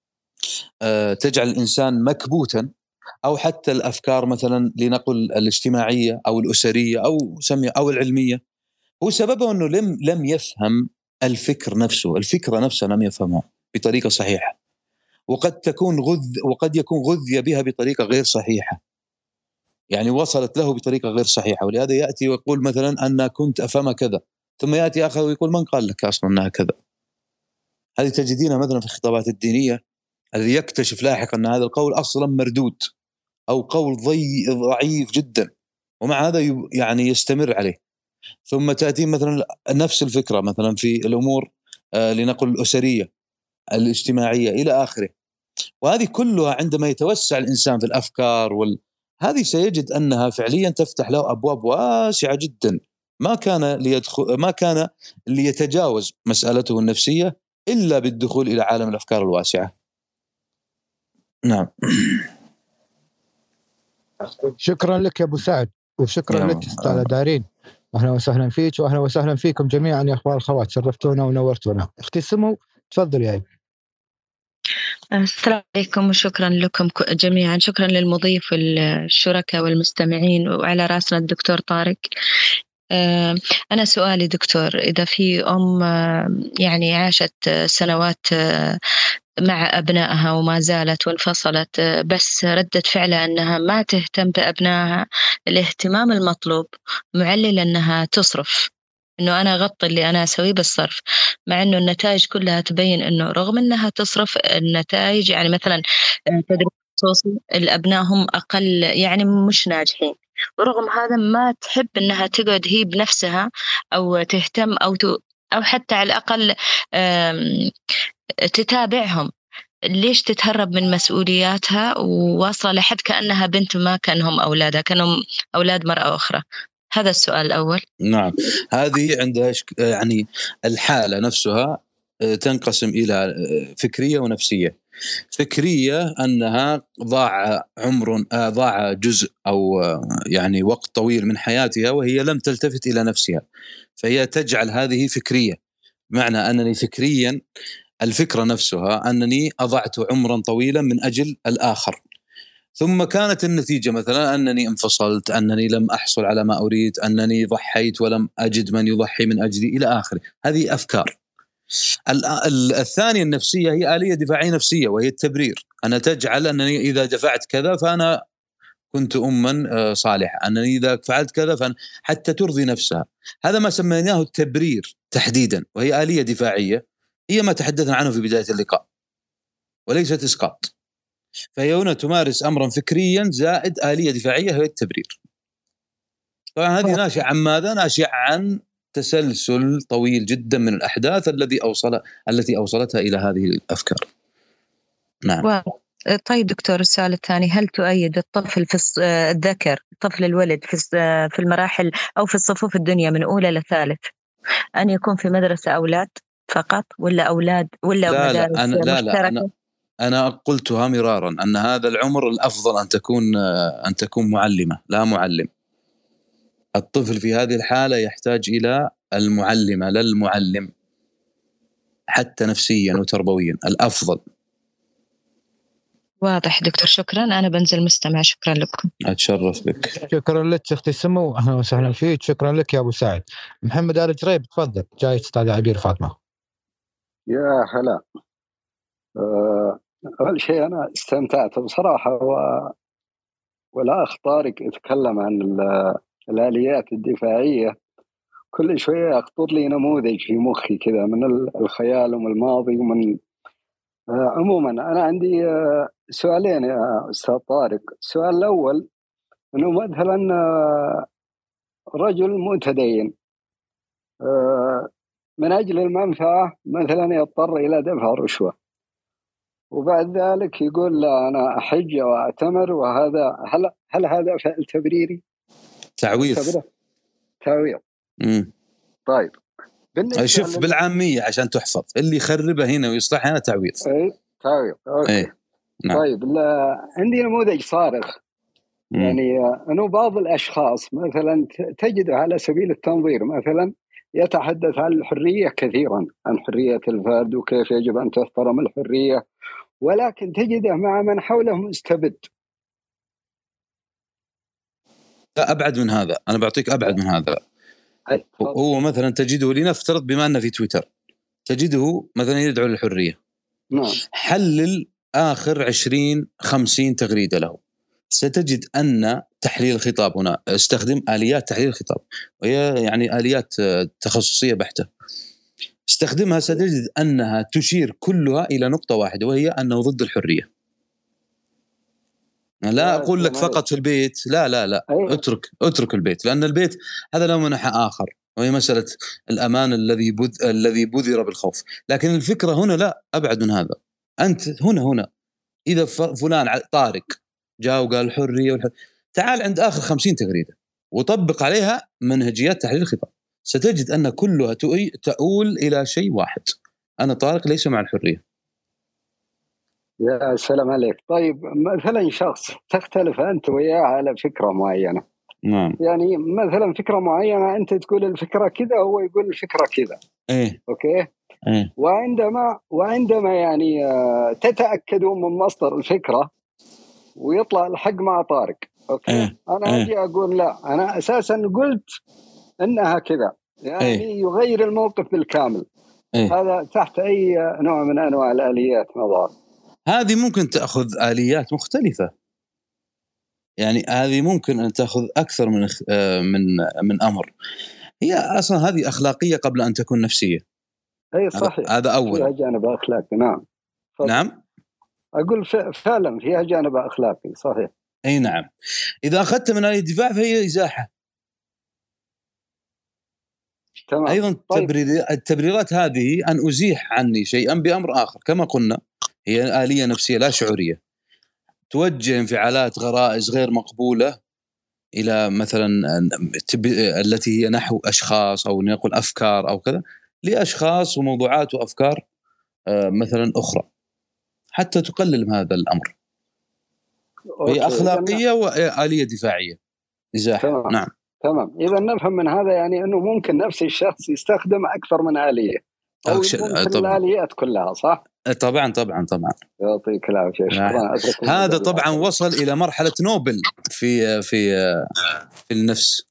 آه تجعل الإنسان مكبوتا، أو حتى الأفكار مثلا لنقل الاجتماعية أو الأسرية أو سمي أو العلمية، هو سببه أنه لم لم يفهم الفكر نفسه، الفكرة نفسها لم يفهمها بطريقة صحيحة، وقد تكون غذ وقد يكون غذي بها بطريقة غير صحيحة، يعني وصلت له بطريقة غير صحيحة. ولهذا يأتي ويقول مثلا أنا كنت أفهم كذا، ثم يأتي آخر ويقول من قال لك أصلا أنها كذا. هذه تجدينها مثلا في الخطابات الدينية، الذي يكتشف لاحقا أن هذا القول أصلا مردود أو قول ضي ضعيف جدا، ومع هذا يعني يستمر عليه. ثم تأتي مثلا نفس الفكرة مثلا في الأمور آه لنقل الأسرية الاجتماعية إلى آخره. وهذه كلها عندما يتوسع الإنسان في الأفكار وال... هذه سيجد أنها فعليا تفتح له أبواب واسعة جدا، ما كان ليدخل ما كان ليتجاوز مسألته النفسية إلا بالدخول إلى عالم الأفكار الواسعة. نعم. شكرا لك يا أبو سعد، وشكرا لك أستاذ دارين. أهلا وسهلا فيك، وأهلا وسهلا فيكم جميعا يا أخوان الخوات، شرفتونا ونورتونا. اختي سمو تفضل يا أيها. السلام عليكم وشكرا لكم جميعا. شكرا للمضيف والشركاء والمستمعين، وعلى راسنا الدكتور طارق. أنا سؤالي دكتور، إذا في أم يعني عاشت سنوات مع أبنائها وما زالت وانفصلت، بس ردت فعلها أنها ما تهتم بأبنائها الاهتمام المطلوب، معلل أنها تصرف، إنه أنا غطي اللي أنا أسويه بالصرف، مع إنه النتائج كلها تبين إنه رغم إنها تصرف النتائج، يعني مثلا تدريب خصوصي الأبناء هم أقل يعني مش ناجحين، ورغم هذا ما تحب إنها تقعد هي بنفسها أو تهتم أو ت... أو حتى على الأقل تتابعهم. ليش تتهرب من مسؤولياتها وواصلة لحد كأنها بنت ما كانهم أولادها، كانهم أولاد مرأة أخرى؟ هذا السؤال الأول. نعم، هذه عندها يعني الحالة نفسها تنقسم إلى فكرية ونفسية. فكرية أنها ضاع عمر ضاع جزء أو يعني وقت طويل من حياتها وهي لم تلتفت إلى نفسها، فهي تجعل هذه فكرية، معنى أنني فكريا الفكرة نفسها أنني أضعت عمرا طويلا من أجل الآخر، ثم كانت النتيجة مثلا أنني انفصلت، أنني لم أحصل على ما أريد، أنني ضحيت ولم أجد من يضحي من أجلي إلى آخره. هذه أفكار. الثانية النفسية هي آلية دفاعية نفسية، وهي التبرير. أنا تجعل أنني إذا دفعت كذا فأنا كنت أما صالحة، أنني إذا فعلت كذا فأنا حتى ترضي نفسها. هذا ما سميناه التبرير تحديدا، وهي آلية دفاعية، هي ما تحدثنا عنه في بداية اللقاء وليست إسقاط. فهي هنا تمارس أمرا فكريا زائد آلية دفاعية هي التبرير. طبعا هذه ناشئة عن ماذا؟ ناشئة عن تسلسل طويل جدا من الأحداث الذي أوصل التي أوصلتها إلى هذه الأفكار. نعم. و... طيب دكتور، السؤال الثاني، هل تؤيد الطفل في الذكر، طفل الولد في في المراحل أو في الصفوف الدنيا من أولى لثالث أن يكون في مدرسة أولاد فقط، ولا أولاد ولا لا مدارس لا أنا لا لا مشتركة؟ أنا أنا قلتها مرارا أن هذا العمر الأفضل أن تكون أن تكون معلمة لا معلم. الطفل في هذه الحالة يحتاج إلى المعلمة لا المعلم، حتى نفسيا وتربويا الأفضل. واضح دكتور، شكرا. أنا بنزل مستمع. شكرا لكم. أتشرف بك. شكرا لك أختي سمو، أهلا وسهلا فيك. شكرا لك يا أبو سعد. محمد آل جريب تفضل، جاي أستاذ عبير فاطمة. يا هلا. أه، أول شيء أنا استمتعت بصراحة و... والأخ طارق يتكلم عن ال- الآليات الدفاعية. كل شوية يخطر لي نموذج في مخي كذا من ال- الخيال ومن الماضي ومن أه، عموما أنا عندي أه، سؤالين يا أستاذ طارق. السؤال الأول أنه مثلا أه، رجل متدين أه، من أجل المنفعة مثلا يضطر إلى دفع رشوة، وبعد ذلك يقول لا أنا أحج وأعتمر، وهذا هل هل هذا فعل تبريري؟ تعويض. تعويض. امم طيب شوف لل... بالعامية عشان تحفظ، اللي يخربه هنا ويصلحها هنا تعويض. اي تعويض. اوكي. أي. نعم. طيب لا... عندي نموذج صارخ. مم. يعني انه بعض الاشخاص مثلا تجده على سبيل التنظير مثلا يتحدث عن الحرية كثيرا، عن حرية الفرد وكيف يجب أن تحترم الحرية، ولكن تجده مع من حوله مستبد. لا أبعد من هذا، أنا بعطيك أبعد من هذا. هو مثلا تجده، لنفترض بما أنه في تويتر، تجده مثلا يدعو للحرية. نعم. حلل آخر عشرين خمسين تغريدة له، ستجد أن تحليل الخطاب هنا استخدم آليات تحليل الخطاب، وهي يعني آليات تخصصية بحتة استخدمها، ستجد أنها تشير كلها إلى نقطة واحدة، وهي أنه ضد الحرية. لا أقول لك فقط في البيت، لا لا لا اترك اترك البيت، لأن البيت هذا له منحى آخر، وهي مسألة الأمان الذي بذ الذي بذر بالخوف. لكن الفكرة هنا لا أبعد من هذا. أنت هنا هنا إذا فلان طارق جاء وقال الحرية والحرية، تعال عند آخر خمسين تغريدة وطبق عليها منهجيات تحليل الخطاب، ستجد أن كلها تؤول إلى شيء واحد: أنا طارق ليس مع الحرية. يا سلام عليك. طيب مثلا شخص تختلف أنت وياه على فكرة معينة. نعم. يعني مثلا فكرة معينة أنت تقول الفكرة كذا وهو يقول الفكرة كذا. إيه. أوكي. إيه. وعندما وعندما يعني تتأكدوا من مصدر الفكرة ويطلع الحق مع طارق. أوكي. إيه. أنا أجي إيه. أقول لا أنا أساسا قلت إنها كذا، يعني إيه. يغير الموقف بالكامل. إيه. هذا تحت أي نوع من أنواع الآليات نظر؟ هذه ممكن تأخذ آليات مختلفة، يعني هذه ممكن أن تأخذ أكثر من من من أمر. هي أصلا هذه أخلاقية قبل أن تكون نفسية. أي صحيح. هذا أول. فيها جانب أخلاقي. نعم. فضل. نعم. أقول فعلا فيها جانب أخلاقي. صحيح. أي نعم. إذا أخذت من آلية الدفاع فهي إزاحة. تمام. أيضا طيب. التبريرات هذه أن أزيح عني شيئا بأمر آخر، كما قلنا هي آلية نفسية لا شعورية، توجه انفعالات غرائز غير مقبولة إلى مثلا التي هي نحو أشخاص أو نقول أفكار أو كذا، لأشخاص وموضوعات وأفكار مثلا أخرى، حتى تقلل من هذا الأمر. هي أخلاقية وآلية دفاعية إزاحة. تمام. نعم. تمام. إذا نفهم من هذا يعني أنه ممكن نفس الشخص يستخدم أكثر من آلية، أو ممكن الآليات كلها. صح؟ طبعا طبعا طبعا. يعطيك العافية. شكرا. هذا طبعا وصل إلى مرحلة نوبل في في في النفس.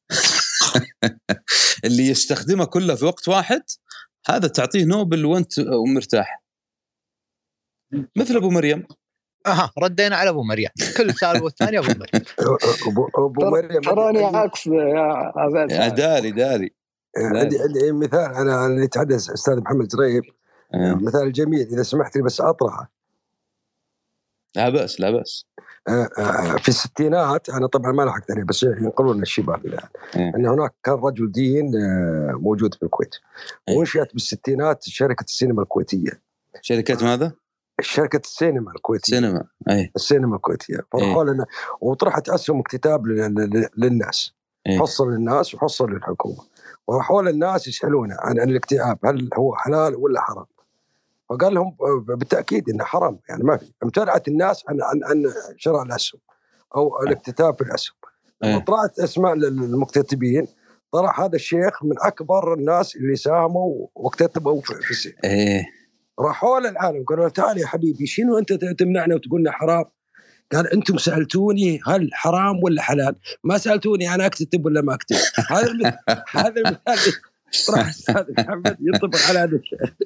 اللي يستخدمه كله في وقت واحد هذا تعطيه نوبل وانت مرتاح، مثل أبو مريم. اها ردينا على ابو مريم، كل سؤال والثاني ابو مريم. ابو مريم تراني عكس يا داري داري. عندي عندي مثال، انا اللي يتحدث استاذ محمد جريب أه. مثال جميل اذا سمحت لي بس اطرحه. لا بأس لا بأس. في الستينات انا طبعا ما لحقت عليه بس ينقلون الشباب الان أه. ان هناك كان رجل دين موجود في الكويت، أه. وانشئت بالستينات شركه السينما الكويتيه. شركه ماذا؟ شركة السينما الكويتية. سينما أي. السينما الكويتية. فرحوا لنا وطرحت أسهم اكتتاب للناس، أي. حصل للناس وحصل للحكومة، وراحوا للناس يسألونه عن الاكتئاب هل هو حلال ولا حرام، فقال لهم بالتأكيد إنه حرام، يعني ما في. امتنعت الناس عن عن عن شراء الأسهم أو الاكتتاب في الأسهم. لما طلعت أسماء المكتتبين طلع هذا الشيخ من أكبر الناس اللي ساهموا واكتتبوا في السينما. إيه. راحوا للعالم قالوا تعال يا حبيبي شنو أنت تمنعنا وتقولنا حرام؟ قال أنتم سألتوني هل حرام ولا حلال، ما سألتوني أنا أكتب ولا ما أكتب. هذا المثال هذا المثال راح أستاذ محمد ينطبق على هذا الشيء.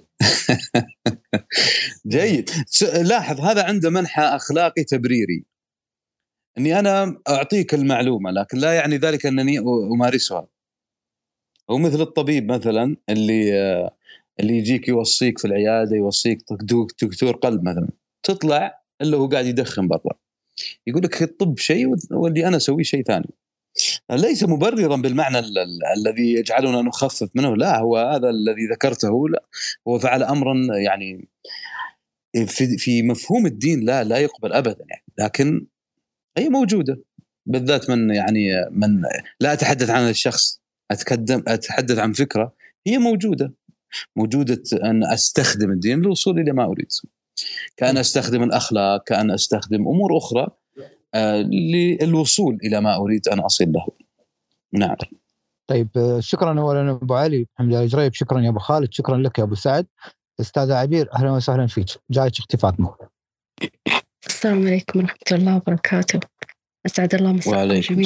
جيد. لاحظ هذا عنده منحى أخلاقي تبريري، أني أنا أعطيك المعلومة لكن لا يعني ذلك أنني أمارسها. هو مثل الطبيب مثلا اللي اللي يجيك يوصيك في العيادة، يوصيك دكتور قلب مثلا، تطلع إلا هو قاعد يدخن برا، يقول لك الطب شيء واللي أنا أسوي شيء ثاني. ليس مبررا بالمعنى ال- ال- الذي يجعلنا نخفف منه، لا، هو هذا الذي ذكرته، لا هو فعل أمرا يعني في في مفهوم الدين لا لا يقبل أبدا يعني، لكن هي موجودة، بالذات من يعني من لا أتحدث عن الشخص، أتكلم أتحدث عن فكرة هي موجودة موجودة أن أستخدم الدين للوصول إلى ما أريد، كأن أستخدم الأخلاق، كأن أستخدم أمور أخرى آه للوصول إلى ما أريد أن أصل له. نعم. طيب شكرا أولا أبو علي محمد الجريب، شكرا يا أبو خالد، شكرا لك يا أبو سعد. أستاذ عبير أهلا وسهلا فيك. جايك أختي فاطمة. السلام عليكم ورحمة الله وبركاته. أسعد الله مساءكم جميعا.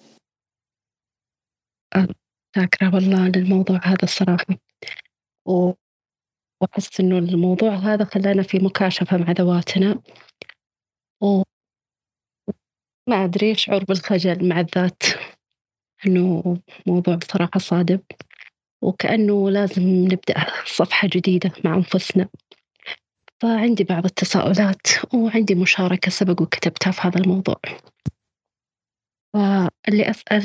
شاكرة والله للموضوع هذا الصراحة، وأحس إنه الموضوع هذا خلانا في مكاشفة مع ذواتنا، وما أدري شعور بالخجل مع الذات، إنه موضوع صراحة صادم، وكأنه لازم نبدأ صفحة جديدة مع أنفسنا. فعندي بعض التساؤلات وعندي مشاركة سبق وكتبتها في هذا الموضوع. فاللي أسأل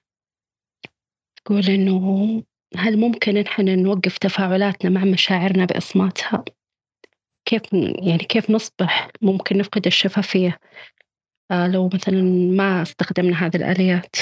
أقول إنه هل ممكن إحنا نوقف تفاعلاتنا مع مشاعرنا بإصماتها؟ كيف يعني كيف نصبح ممكن نفقد الشفافية آه لو مثلا ما استخدمنا هذه الآليات؟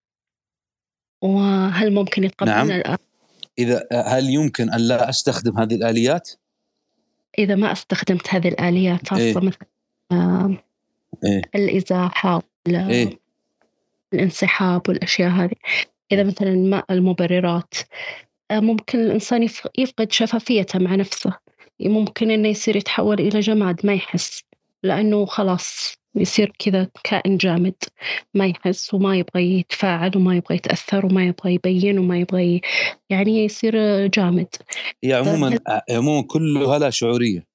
وهل ممكن يتقبلنا نعم. الآن؟ إذا هل يمكن أن لا أستخدم هذه الآليات؟ إذا ما استخدمت هذه الآليات خاصة إيه؟ مثلا آه إيه؟ الإزاحة إيه؟ الانسحاب والأشياء هذه، إذا مثلا ما المبررات، آه ممكن الإنسان يفقد شفافيته مع نفسه، ممكن إنه يصير يتحول إلى جماد ما يحس، لأنه خلاص يصير كذا كائن جامد ما يحس وما يبغى يتفاعل وما يبغى يتأثر وما يبغى يبين وما يبغى يعني يصير جامد. هي عموما عموما كلها لا شعورية،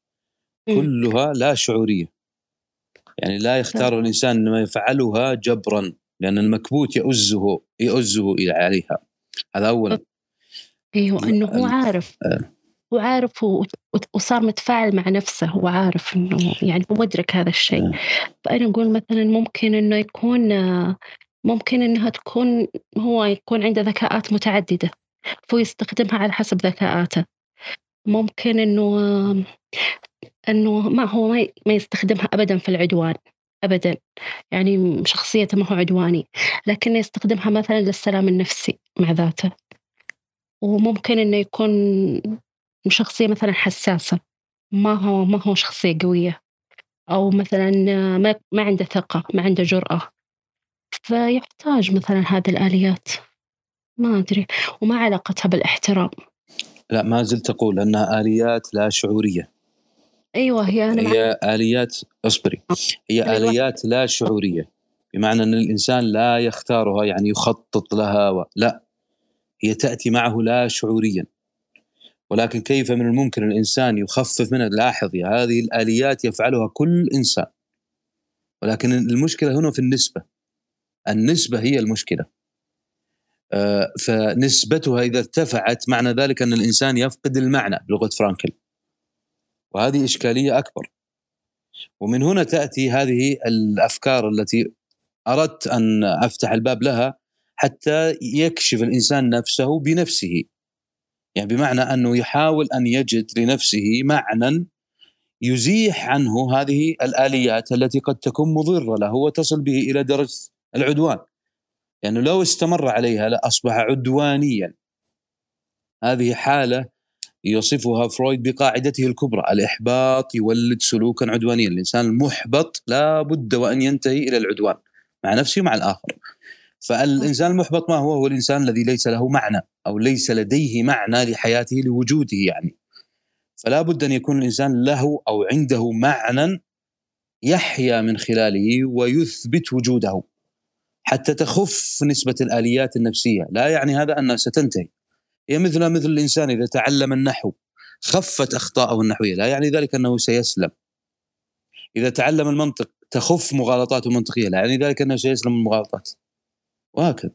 كلها لا شعورية، يعني لا يختار الإنسان ما يفعلها جبرا، لأن المكبوت يؤزه يؤزه إلى عليها. هذا أولا. أيوه، إنه هو عارف هو عارف وصار متفاعل مع نفسه وعارف إنه يعني هو مدرك هذا الشيء. فأنا أقول مثلا ممكن إنه يكون ممكن إنها تكون هو يكون عنده ذكاءات متعددة فهو يستخدمها على حسب ذكاءاته. ممكن إنه إنه ما هو ما يستخدمها أبدا في العدوان أبدا، يعني شخصيته ما هو عدواني، لكن يستخدمها مثلا للسلام النفسي مع ذاته. وممكن إنه يكون شخصية مثلا حساسة، ما هو ما هو شخصية قوية، أو مثلا ما ما عنده ثقة، ما عنده جرأة، فيحتاج مثلا هذه الآليات. ما أدري، وما علاقتها بالاحترام. لا، ما زلت أقول أنها آليات لا شعورية. أيوة، هي أنا هي آليات أصبري هي آليات لا شعورية، بمعنى أن الإنسان لا يختارها يعني يخطط لها و... لا، هي تأتي معه لا شعوريا. ولكن كيف من الممكن الإنسان يخفف منها؟ لاحظي هذه الآليات يفعلها كل إنسان، ولكن المشكلة هنا في النسبة. النسبة هي المشكلة. آه فنسبتها إذا ارتفعت معنى ذلك أن الإنسان يفقد المعنى بلغة فرانكل، وهذه إشكالية أكبر. ومن هنا تأتي هذه الأفكار التي أردت أن أفتح الباب لها حتى يكشف الإنسان نفسه بنفسه، يعني بمعنى أنه يحاول أن يجد لنفسه معنى يزيح عنه هذه الآليات التي قد تكون مضرة له وتصل به إلى درجة العدوان، يعني لو استمر عليها لأصبح عدوانيا. هذه حالة يصفها فرويد بقاعدته الكبرى: الإحباط يولد سلوكا عدوانيا. الإنسان المحبط لا بد وأن ينتهي إلى العدوان مع نفسه ومع الآخر. فالإنسان المحبط ما هو؟ هو الإنسان الذي ليس له معنى أو ليس لديه معنى لحياته لوجوده يعني. فلا بد أن يكون الإنسان له أو عنده معنى يحيا من خلاله ويثبت وجوده حتى تخف نسبة الآليات النفسية. لا يعني هذا أنها ستنتهي، هي مثل مثل الإنسان إذا تعلم النحو خفت أخطاءه النحوية، لا يعني ذلك أنه سيسلم. إذا تعلم المنطق تخف مغالطاته المنطقية، لا يعني ذلك أنه سيسلم من المغالطات، وهكذا.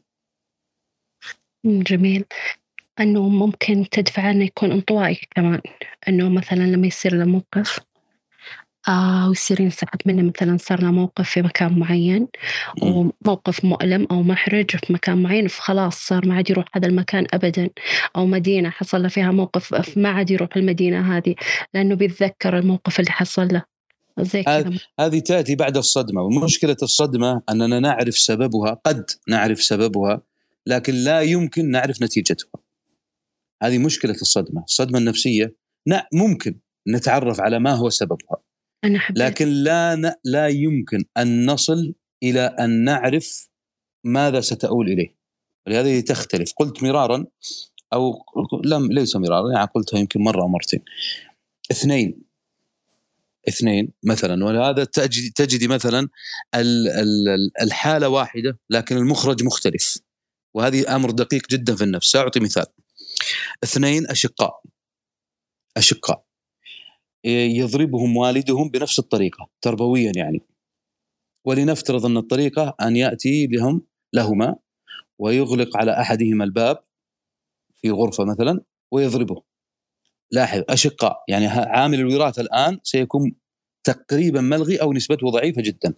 جميل. أنه ممكن تدفع أنه يكون انطوائي كمان، أنه مثلا لما يصير له موقف آه ويصير ينسحب منه، مثلا صار له موقف في مكان معين وموقف مؤلم أو محرج في مكان معين، فخلاص صار ما عاد يروح هذا المكان أبدا، أو مدينة حصل له فيها موقف ما عاد يروح المدينة هذه لأنه بيتذكر الموقف اللي حصل له زي كذا. هذه تأتي بعد الصدمة، ومشكلة الصدمة أننا نعرف سببها، قد نعرف سببها لكن لا يمكن نعرف نتيجتها. هذه مشكلة الصدمة. الصدمة النفسية ممكن نتعرف على ما هو سببها، لكن لا ن... لا يمكن أن نصل إلى أن نعرف ماذا ستؤول إليه، ولهذه تختلف. قلت مرارا أو لم ليس مرارا، يعني قلتها يمكن مرة أو مرتين. اثنين اثنين مثلا، وهذا تجد تجدي مثلا الحالة واحدة لكن المخرج مختلف، وهذه أمر دقيق جدا في النفس. سأعطي مثال. اثنين أشقاء أشقاء يضربهم والدهم بنفس الطريقة تربويا يعني، ولنفترض أن الطريقة أن يأتي لهم لهما ويغلق على أحدهما الباب في غرفة مثلا ويضربه. لاحظ، أشقاء يعني عامل الوراثة الآن سيكون تقريبا ملغي أو نسبته ضعيفة جدا.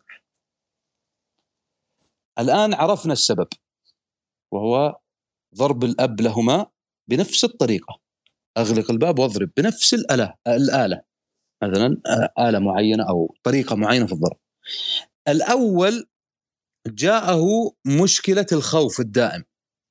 الآن عرفنا السبب، وهو ضرب الأب لهما بنفس الطريقة، أغلق الباب واضرب بنفس الآلة الآلة مثلا آلة معينة أو طريقة معينة في الضرب. الأول جاءه مشكلة الخوف الدائم،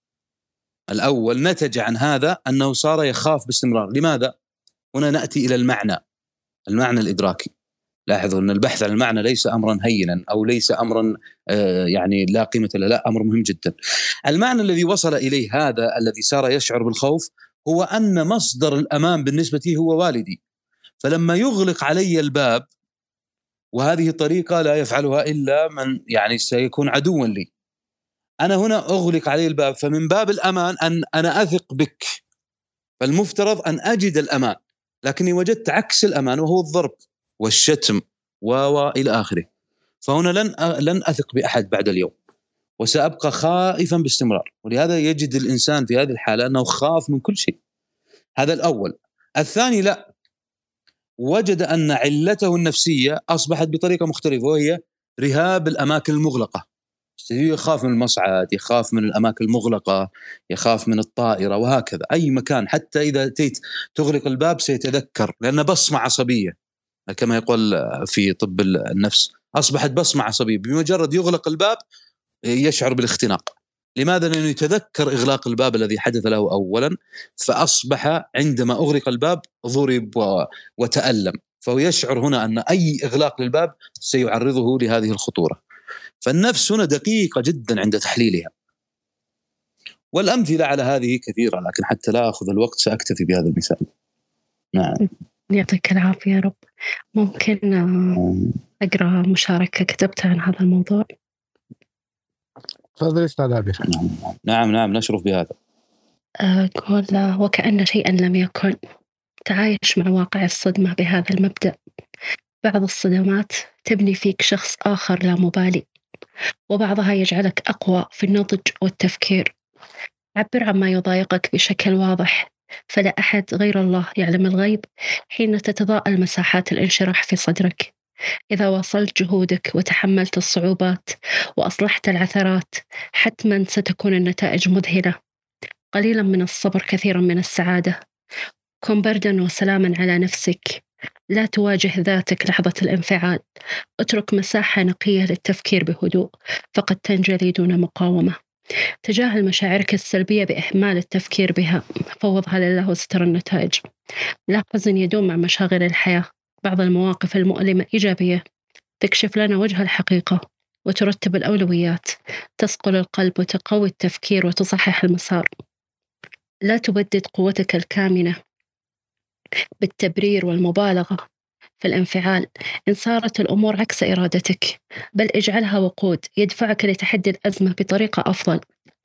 الأول نتج عن هذا أنه صار يخاف باستمرار. لماذا؟ هنا نأتي إلى المعنى، المعنى الإدراكي. لاحظوا أن البحث عن المعنى ليس أمرا هينا أو ليس أمرا آه يعني لا قيمة له، لا، أمر مهم جدا. المعنى الذي وصل إليه هذا الذي صار يشعر بالخوف هو أن مصدر الأمان بالنسبة لي هو والدي، فلما يغلق علي الباب، وهذه طريقة لا يفعلها إلا من يعني سيكون عدوا لي، أنا هنا أغلق علي الباب، فمن باب الأمان أن أنا أثق بك، فالمفترض أن أجد الأمان، لكني وجدت عكس الأمان وهو الضرب والشتم وإلى آخره. فهنا لن لن أثق بأحد بعد اليوم، وسأبقى خائفا باستمرار. ولهذا يجد الإنسان في هذه الحالة أنه خاف من كل شيء. هذا الأول. الثاني لا، وجد أن علته النفسية أصبحت بطريقة مختلفة، وهي رهاب الأماكن المغلقة. يخاف من المصعد، يخاف من الأماكن المغلقة، يخاف من الطائرة، وهكذا. أي مكان حتى إذا أتيت تغلق الباب سيتذكر، لأن بصمة عصبية كما يقول في طب النفس، أصبحت بصمة عصبية. بمجرد يغلق الباب يشعر بالاختناق. لماذا؟ لأنه يتذكر إغلاق الباب الذي حدث له أولا، فأصبح عندما أغلق الباب ضرب وتألم، فهو يشعر هنا أن أي إغلاق للباب سيعرضه لهذه الخطورة. فالنفس هنا دقيقة جدا عند تحليلها، والأمثلة على هذه كثيرة، لكن حتى لا أخذ الوقت سأكتفي بهذا المثال. نعم. يعطيك العافية يا رب. ممكن أقرأ مشاركة كتبتها عن هذا الموضوع؟ تفضل أستاذ عبير. نعم نعم نشرف بهذا. أقول وكأن شيئا لم يكن، تعايش مع واقع الصدمة بهذا المبدأ. بعض الصدمات تبني فيك شخص آخر لا مبالي، وبعضها يجعلك أقوى في النضج والتفكير. عبر عما يضايقك بشكل واضح، فلا أحد غير الله يعلم الغيب حين تتضاءل مساحات الانشراح في صدرك. إذا واصلت جهودك وتحملت الصعوبات وأصلحت العثرات، حتما ستكون النتائج مذهلة. قليلا من الصبر كثيرا من السعادة. كن بردا وسلاما على نفسك، لا تواجه ذاتك لحظة الانفعال. اترك مساحة نقية للتفكير بهدوء، فقد تنجلي دون مقاومة. تجاهل مشاعرك السلبية بإهمال التفكير بها، فوضها لله وسترى النتائج. لا حزن يدوم مع مشاغل الحياة. بعض المواقف المؤلمة إيجابية، تكشف لنا وجه الحقيقة وترتب الأولويات، تصقل القلب وتقوي التفكير وتصحح المسار. لا تبدد قوتك الكامنة بالتبرير والمبالغة في الانفعال إن صارت الأمور عكس إرادتك، بل اجعلها وقود يدفعك لتحدي الأزمة بطريقة أفضل.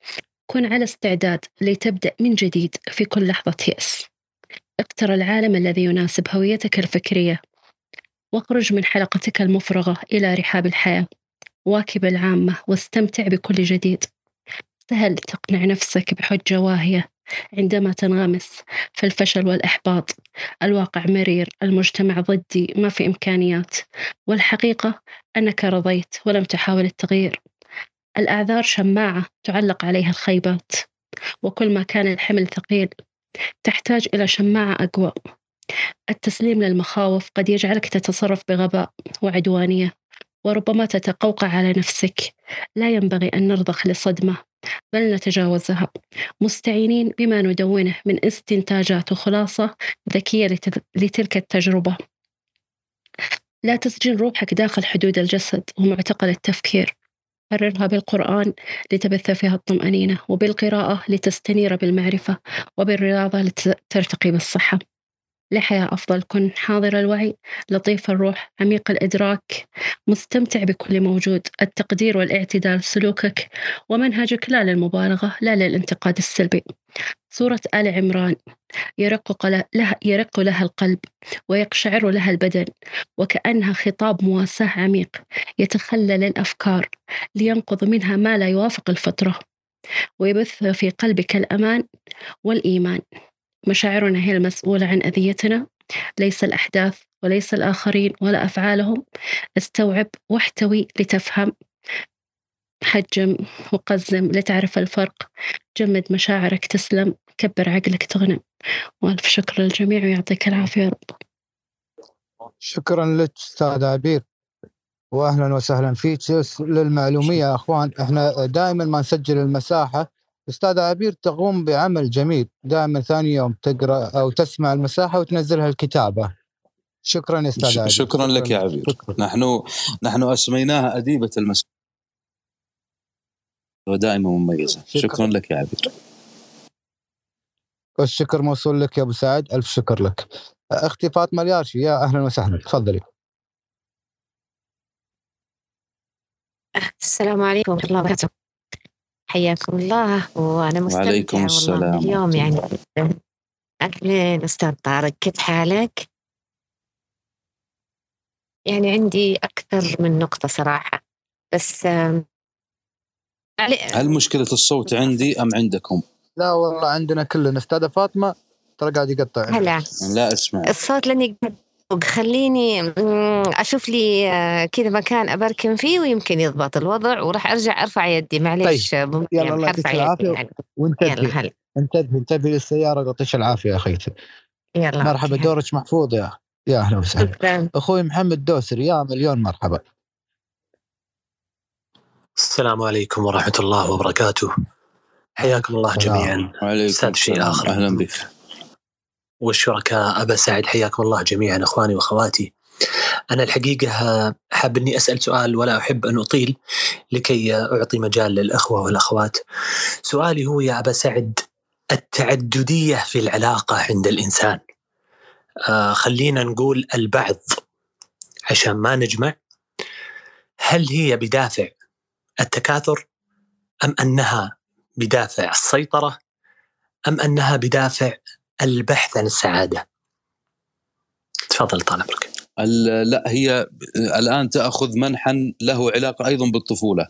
كن على استعداد لتبدأ من جديد في كل لحظة يأس. اختر العالم الذي يناسب هويتك الفكرية، واخرج من حلقتك المفرغة إلى رحاب الحياة. واكب العامة واستمتع بكل جديد. سهل تقنع نفسك بحجة واهية عندما تنغمس في الفشل والإحباط. الواقع مرير، المجتمع ضدي، ما في إمكانيات، والحقيقة أنك رضيت ولم تحاول التغيير. الأعذار شماعة تعلق عليها الخيبات، وكل ما كان الحمل ثقيل تحتاج إلى شماعة أقوى. التسليم للمخاوف قد يجعلك تتصرف بغباء وعدوانية، وربما تتقوقع على نفسك. لا ينبغي أن نرضخ لصدمة، بل نتجاوزها مستعينين بما ندونه من استنتاجات وخلاصة ذكية لتلك التجربة. لا تسجن روحك داخل حدود الجسد ومعتقل التفكير. حررها بالقرآن لتبث فيها الطمأنينة، وبالقراءة لتستنير بالمعرفة، وبالرياضة لترتقي بالصحة. لحياة أفضل كن حاضر الوعي، لطيف الروح، عميق الإدراك، مستمتع بكل موجود. التقدير والاعتدال سلوكك ومنهجك، لا للمبالغة لا للانتقاد السلبي. سورة آل عمران يرق لها, يرق لها القلب ويقشعر لها البدن، وكأنها خطاب مواساة عميق يتخلل الأفكار لينقض منها ما لا يوافق الفطرة، ويبث في قلبك الأمان والإيمان. مشاعرنا هي المسؤولة عن أذيتنا، ليس الأحداث وليس الآخرين ولا أفعالهم. استوعب واحتوي لتفهم، حجم وقزم لتعرف الفرق. جمد مشاعرك تسلم، كبر عقلك تغنم. وألف شكر للجميع ويعطيك العافية يا رب. شكرا لك أستاذ عبير، وأهلا وسهلا فيك. للمعلومية يا أخوان، إحنا دائما ما نسجل المساحة، أستاذ عبير تقوم بعمل جميل دائما، ثاني يوم تقرأ أو تسمع المساحة وتنزلها الكتابة. شكرا يا أستاذ عبير. شكرا لك يا عبير. شكرا. نحن نحن أسميناها أديبة المساحة، ودائما مميزة. شكرا. شكرا لك يا عبير. والشكر موصول لك يا أبو سعد، ألف شكر لك. أختي فاطمة اليارشي، يا أهلا وسهلا، تفضلي. السلام عليكم ورحمة الله وبركاته، حياكم الله. وأنا مستمتعة والله اليوم يعني. أهلين أستاذ طارق، كيف حالك؟ يعني عندي أكثر من نقطة صراحة، بس هل مشكلة الصوت عندي أم عندكم؟ لا والله عندنا كلنا. أستاذة فاطمة ترى قاعد يقطع. هلا. لا أسمع الصوت لاني خليني أشوف لي كذا مكان أبركن فيه ويمكن يضبط الوضع، وراح أرجع أرفع يدي. معليش. طيب. يلا الله يعطيك العافية. يعني. وانتبهي انتبهي انتبهي للسيارة، يعطيك العافية يا أخيتي. يلا. مرحبا، دورك محفوظ يا يا أهلا وسهلا. أخوي محمد دوسري، يا مليون مرحبا. السلام عليكم ورحمة الله وبركاته، حياكم الله جميعا. وعليكم السلام، أهلا بك. والشركاء أبا سعد، حياكم الله جميعا أخواني وأخواتي. أنا الحقيقة حاب أني أسأل سؤال ولا أحب أن أطيل لكي أعطي مجال للأخوة والأخوات. سؤالي هو يا أبا سعد، التعددية في العلاقة عند الإنسان، آه خلينا نقول البعض عشان ما نجمع، هل هي بدافع التكاثر أم أنها بدافع السيطرة أم أنها بدافع البحث عن السعادة؟ تفضل طال عمرك. لا، هي الآن تأخذ منحا له علاقة أيضا بالطفولة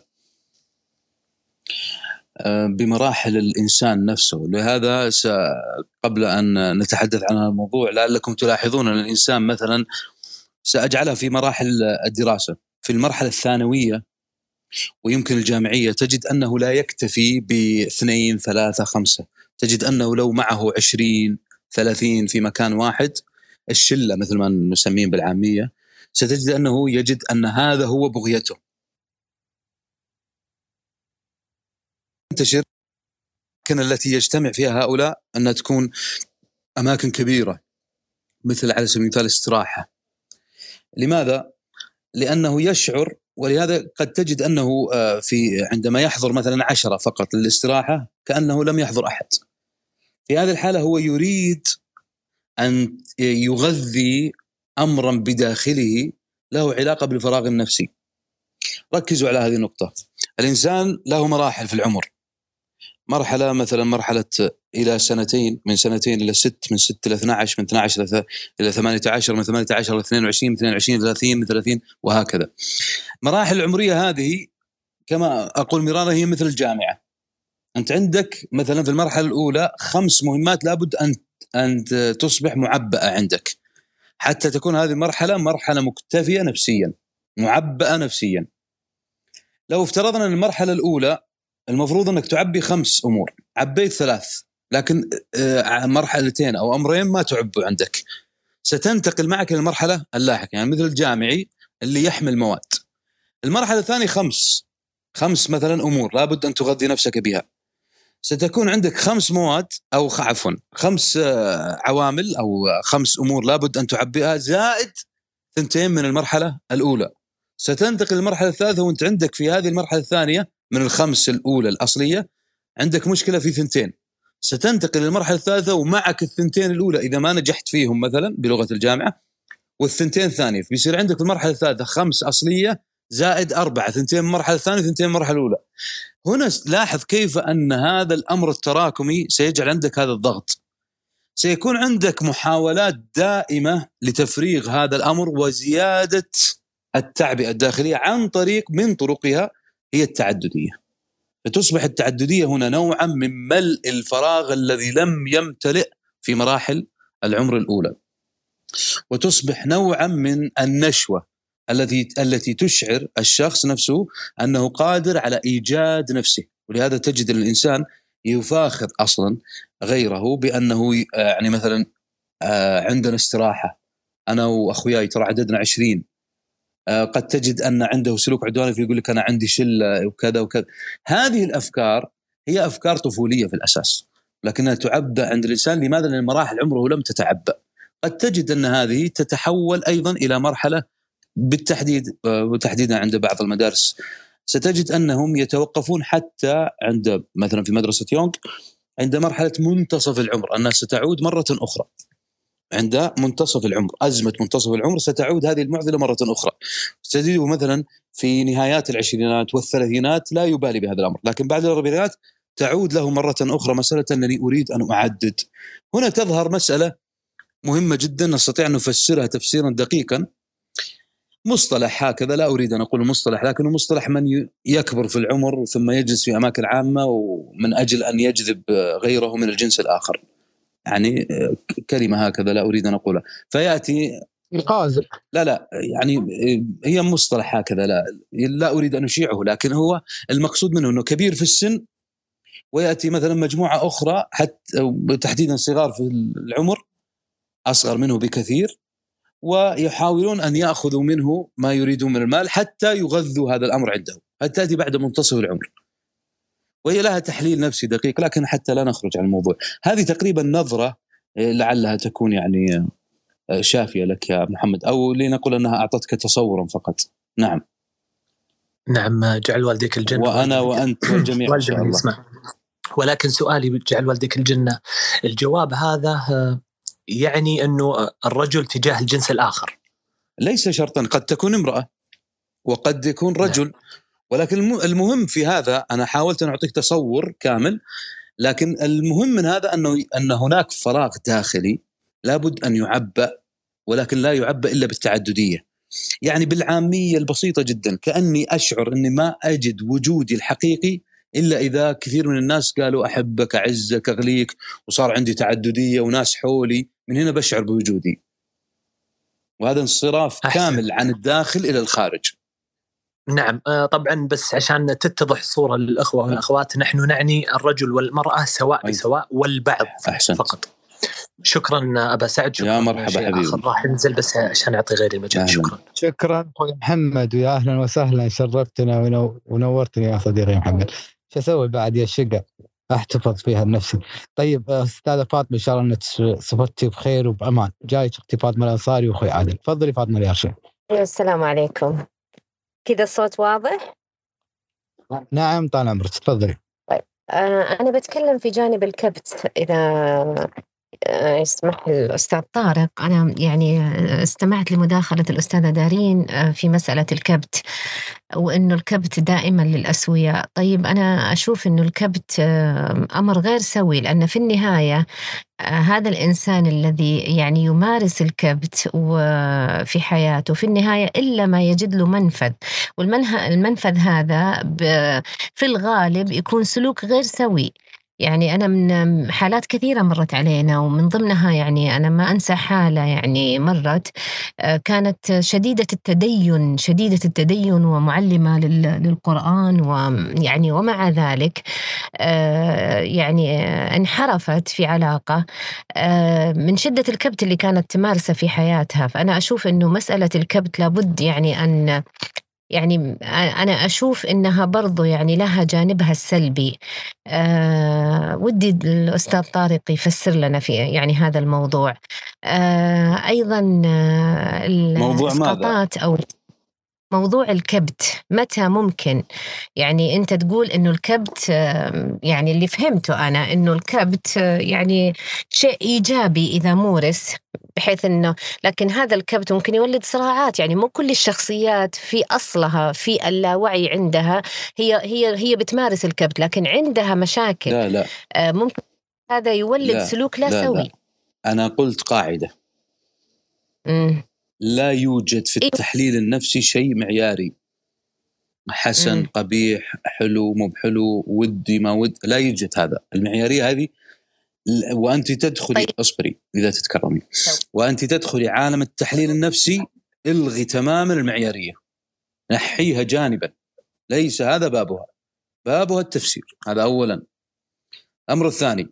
بمراحل الإنسان نفسه. لهذا قبل أن نتحدث عن الموضوع لعلكم تلاحظون أن الإنسان مثلا سأجعلها في مراحل الدراسة، في المرحلة الثانوية ويمكن الجامعية، تجد أنه لا يكتفي باثنين ثلاثة خمسة، تجد أنه لو معه عشرين ثلاثين في مكان واحد، الشلة مثل ما نسمين بالعامية، ستجد أنه يجد أن هذا هو بغيته. تنتشر كان التي يجتمع فيها هؤلاء أنها تكون أماكن كبيرة، مثل على سبيل المثال استراحة. لماذا؟ لأنه يشعر، ولهذا قد تجد أنه في عندما يحضر مثلا عشرة فقط للاستراحة كأنه لم يحضر أحد. في هذه الحالة هو يريد أن يغذي أمرا بداخله له علاقة بالفراغ النفسي. ركزوا على هذه النقطة. الإنسان له مراحل في العمر، مرحلة مثلا مرحلة إلى سنتين، من سنتين إلى ست، من ست إلى اثني عشر، من اثني عشر إلى ثمانية عشر، من ثمانية عشر إلى اثنين وعشرين، من اثنين وعشرين إلى ثلاثين، من ثلاثين وهكذا. مراحل العمرية هذه كما أقول مرارا هي مثل الجامعة. أنت عندك مثلا في المرحلة الأولى خمس مهمات لابد أن أن تصبح معبأة عندك حتى تكون هذه المرحلة مرحلة مكتفية نفسيا، معبأة نفسيا. لو افترضنا أن المرحلة الأولى المفروض أنك تعبي خمس أمور، عبيت ثلاث، لكن مرحلتين أو أمرين ما تعبوا عندك، ستنتقل معك للمرحلة اللاحقة، يعني مثل الجامعي اللي يحمل مواد. المرحلة الثانية خمس خمس مثلا أمور لابد أن تغذي نفسك بها، ستكون عندك خمس مواد أو عفوا خمس عوامل أو خمس أمور لابد أن تعبئها زائد ثنتين من المرحلة الأولى. ستنتقل للمرحلة الثالثة وانت عندك في هذه المرحلة الثانية من الخمس الأولى الأصلية عندك مشكلة في ثنتين، ستنتقل للمرحلة الثالثة ومعك الثنتين الأولى إذا ما نجحت فيهم مثلا بلغة الجامعة، والثنتين الثانية بيصير عندك في المرحلة الثالثة خمس أصلية زائد أربعة، ثنتين من المرحلة الثانية ثنتين من المرحلة الأولى. هنا لاحظ كيف أن هذا الأمر التراكمي سيجعل عندك هذا الضغط، سيكون عندك محاولات دائمة لتفريغ هذا الأمر وزيادة التعبئة الداخلية عن طريق من طرقها هي التعددية. فتصبح التعددية هنا نوعا من ملء الفراغ الذي لم يمتلئ في مراحل العمر الأولى، وتصبح نوعا من النشوة التي التي تشعر الشخص نفسه أنه قادر على إيجاد نفسه. ولهذا تجد الإنسان يفاخر أصلا غيره بأنه يعني مثلا عندنا استراحة أنا وأخوياي ترى عددنا عشرين، قد تجد أن عنده سلوك عدواني فيقول لك أنا عندي شلة وكذا وكذا. هذه الأفكار هي أفكار طفولية في الأساس، لكنها تعبأ عند الإنسان. لماذا؟ لأن مراحل عمره لم تتعبأ. قد تجد أن هذه تتحول أيضا إلى مرحلة بالتحديد، وتحديدا عند بعض المدارس ستجد أنهم يتوقفون حتى عند مثلا في مدرسة يونغ عند مرحلة منتصف العمر، الناس ستعود مرة أخرى عند منتصف العمر، أزمة منتصف العمر ستعود هذه المعضلة مرة أخرى. ستجده مثلا في نهايات العشرينات والثلاثينات لا يبالي بهذا الأمر، لكن بعد الأربعينات تعود له مرة أخرى مسألة أنني أريد أن أعدد. هنا تظهر مسألة مهمة جدا نستطيع أن نفسرها تفسيرا دقيقا. مصطلح هكذا لا أريد أن أقول مصطلح، لكنه مصطلح من يكبر في العمر ثم يجلس في أماكن عامة ومن أجل أن يجذب غيره من الجنس الآخر، يعني كلمة هكذا لا أريد أن أقولها فيأتي القازل. لا لا يعني هي مصطلح هكذا لا لا أريد أن أشيعه، لكن هو المقصود منه أنه كبير في السن ويأتي مثلا مجموعة أخرى حتى تحديدا صغار في العمر أصغر منه بكثير ويحاولون أن يأخذوا منه ما يريدون من المال حتى يغذوا هذا الأمر عنده، حتى تأتي بعد منتصف العمر. وهي لها تحليل نفسي دقيق، لكن حتى لا نخرج عن الموضوع. هذه تقريبا نظرة لعلها تكون يعني شافية لك يا محمد، أو لنقول أنها أعطتك تصورا فقط. نعم نعم، جعل والديك الجنة وأنا وأنت والجميع إن شاء الله. اسمع. ولكن سؤالي جعل والديك الجنة، الجواب هذا يعني أنه الرجل تجاه الجنس الآخر ليس شرطا، قد تكون امرأة وقد يكون رجل. نعم. ولكن المهم في هذا أنا حاولت أن أعطيك تصور كامل، لكن المهم من هذا أنه أن هناك فراغ داخلي لابد أن يعبأ، ولكن لا يعبأ إلا بالتعددية. يعني بالعامية البسيطة جدا كأني أشعر أني ما أجد وجودي الحقيقي إلا إذا كثير من الناس قالوا أحبك أعزك أغليك وصار عندي تعددية وناس حولي، من هنا بشعر بوجودي. وهذا انصراف أحسن. كامل عن الداخل إلى الخارج. نعم طبعا، بس عشان تتضح الصورة للأخوة والأخوات، نحن نعني الرجل والمرأة سواء بسواء والبعض أحسن. فقط. شكرا أبا سعد. شكرا يا مرحبا حبيبي. راح ننزل بس عشان أعطي غير المجال. شكرا شكرا أخوي محمد، ويا أهلا وسهلا، شرفتنا ونورتني يا صديقي محمد. شو أسوي بعد يا الشقة أحتفظ فيها بنفسي. طيب أستاذة فاطمة، إن شاء الله أنك صفتي بخير وبأمان. جاي أختي فاطمة الأنصاري وأخوي عادل. تفضلي فاطمة اليارشي. السلام عليكم، كذا الصوت واضح؟ نعم طال عمرك، تفضلي. طيب آه أنا بتكلم في جانب الكبت. إذا يسمح الأستاذ طارق، أنا يعني استمعت لمداخلة الأستاذة دارين في مسألة الكبت، وإنه الكبت دائما للأسوياء. طيب أنا أشوف إنه الكبت أمر غير سوي، لأن في النهاية هذا الإنسان الذي يعني يمارس الكبت وفي حياته في النهاية إلا ما يجد له منفذ، والمنفذ هذا في الغالب يكون سلوك غير سوي. يعني أنا من حالات كثيرة مرت علينا، ومن ضمنها يعني أنا ما أنسى حالة يعني مرت كانت شديدة التدين شديدة التدين ومعلمة للقرآن، ويعني ومع ذلك يعني انحرفت في علاقة من شدة الكبت اللي كانت تمارسه في حياتها. فأنا أشوف إنه مسألة الكبت لابد يعني أن يعني أنا أشوف إنها برضو يعني لها جانبها السلبي. أه ودي الأستاذ طارق يفسر لنا في يعني هذا الموضوع. أه أيضا الإسقاطات أو موضوع الكبت متى ممكن، يعني أنت تقول إنه الكبت يعني اللي فهمته أنا إنه الكبت يعني شيء إيجابي إذا مورس، بحيث إنه لكن هذا الكبت ممكن يولد صراعات. يعني مو كل الشخصيات في أصلها في اللاوعي عندها هي هي هي بتمارس الكبت، لكن عندها مشاكل. لا لا ممكن هذا يولد لا سلوك لا, لا سوي. لا. أنا قلت قاعدة مم. لا يوجد في التحليل النفسي شيء معياري حسن مم. قبيح حلو مو بحلو ودي ما ود، لا يوجد هذا. المعيارية هذه وأنت تدخلي طيب. أصبري إذا تتكرمي طيب. وأنت تدخلي عالم التحليل النفسي الغي تماما المعيارية، نحيها جانبا، ليس هذا بابها، بابها التفسير. هذا أولا. الأمر الثاني،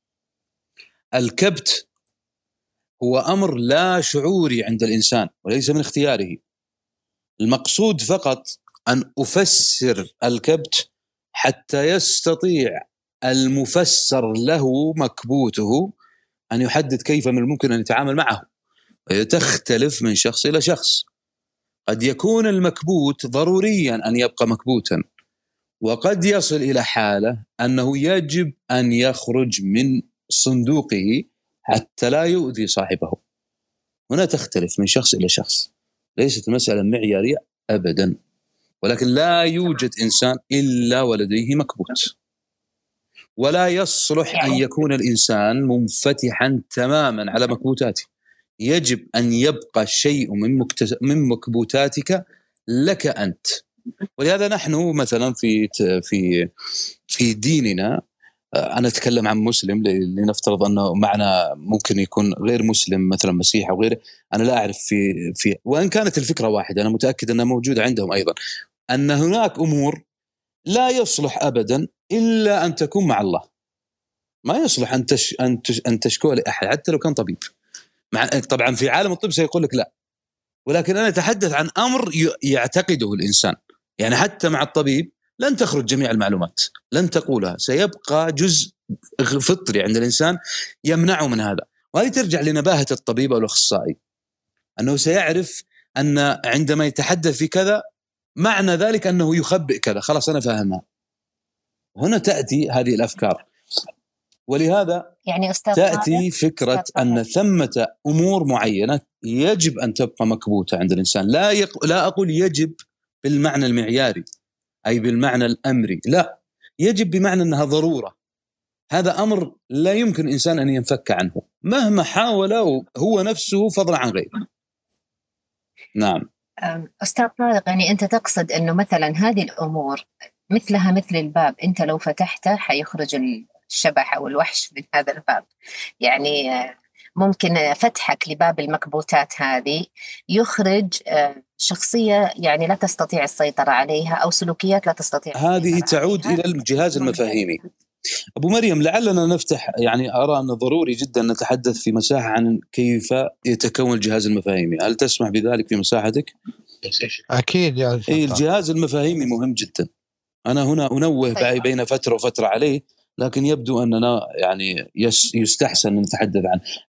الكبت هو أمر لا شعوري عند الإنسان وليس من اختياره. المقصود فقط أن أفسر الكبت حتى يستطيع المفسر له مكبوته أن يحدد كيف من الممكن أن يتعامل معه. تختلف من شخص إلى شخص. قد يكون المكبوت ضروريا أن يبقى مكبوتا، وقد يصل إلى حالة أنه يجب أن يخرج من صندوقه حتى لا يؤذي صاحبه. هنا تختلف من شخص إلى شخص، ليست المسألة معيارية أبدا. ولكن لا يوجد إنسان إلا ولديه مكبوت، ولا يصلح أن يكون الإنسان منفتحا تماما على مكبوتاته. يجب أن يبقى شيء من, مكتس... من مكبوتاتك لك أنت. ولهذا نحن مثلا في في في ديننا، أنا أتكلم عن مسلم لنفترض أنه معنا ممكن يكون غير مسلم مثلا مسيح أو غيره، أنا لا أعرف في في وإن كانت الفكرة واحدة أنا متأكد أنها موجودة عندهم أيضا، أن هناك أمور لا يصلح أبدا إلا أن تكون مع الله. ما يصلح أن تش أن تش أن تشكو لأحد حتى لو كان طبيب. مع طبعا في عالم الطب سيقول لك لا، ولكن أنا أتحدث عن أمر يعتقده الإنسان. يعني حتى مع الطبيب لن تخرج جميع المعلومات، لن تقولها، سيبقى جزء فطري عند الإنسان يمنعه من هذا. وهذه ترجع لنباهة الطبيب أو الأخصائي، أنه سيعرف أن عندما يتحدث في كذا معنى ذلك أنه يخبئ كذا، خلاص أنا فاهمها. هنا تأتي هذه الأفكار. ولهذا يعني تأتي فكرة أن ثمة أمور معينة يجب أن تبقى مكبوتة عند الإنسان. لا يق... لا أقول يجب بالمعنى المعياري أي بالمعنى الأمري، لا، يجب بمعنى أنها ضرورة. هذا أمر لا يمكن إنسان أن ينفك عنه مهما حاول هو نفسه فضلا عن غيره. نعم أستاذ طارق، يعني أنت تقصد أنه مثلا هذه الأمور مثلها مثل الباب، أنت لو فتحته حيخرج الشبح أو الوحش من هذا الباب. يعني ممكن فتحك لباب المكبوتات هذه يخرج شخصية يعني لا تستطيع السيطرة عليها أو سلوكيات لا تستطيع. هذه تعود إلى الجهاز المفاهيمي. أبو مريم، لعلنا نفتح، يعني أرى أنه ضروري جدا نتحدث في مساحة عن كيف يتكون الجهاز المفاهيمي. هل تسمح بذلك في مساحتك؟ أكيد يا إيه، الجهاز المفاهيمي مهم جدا. أنا هنا أنوه طيب. بين فترة وفترة عليه، لكن يبدو أننا يعني يستحسن أن نتحدث عنه.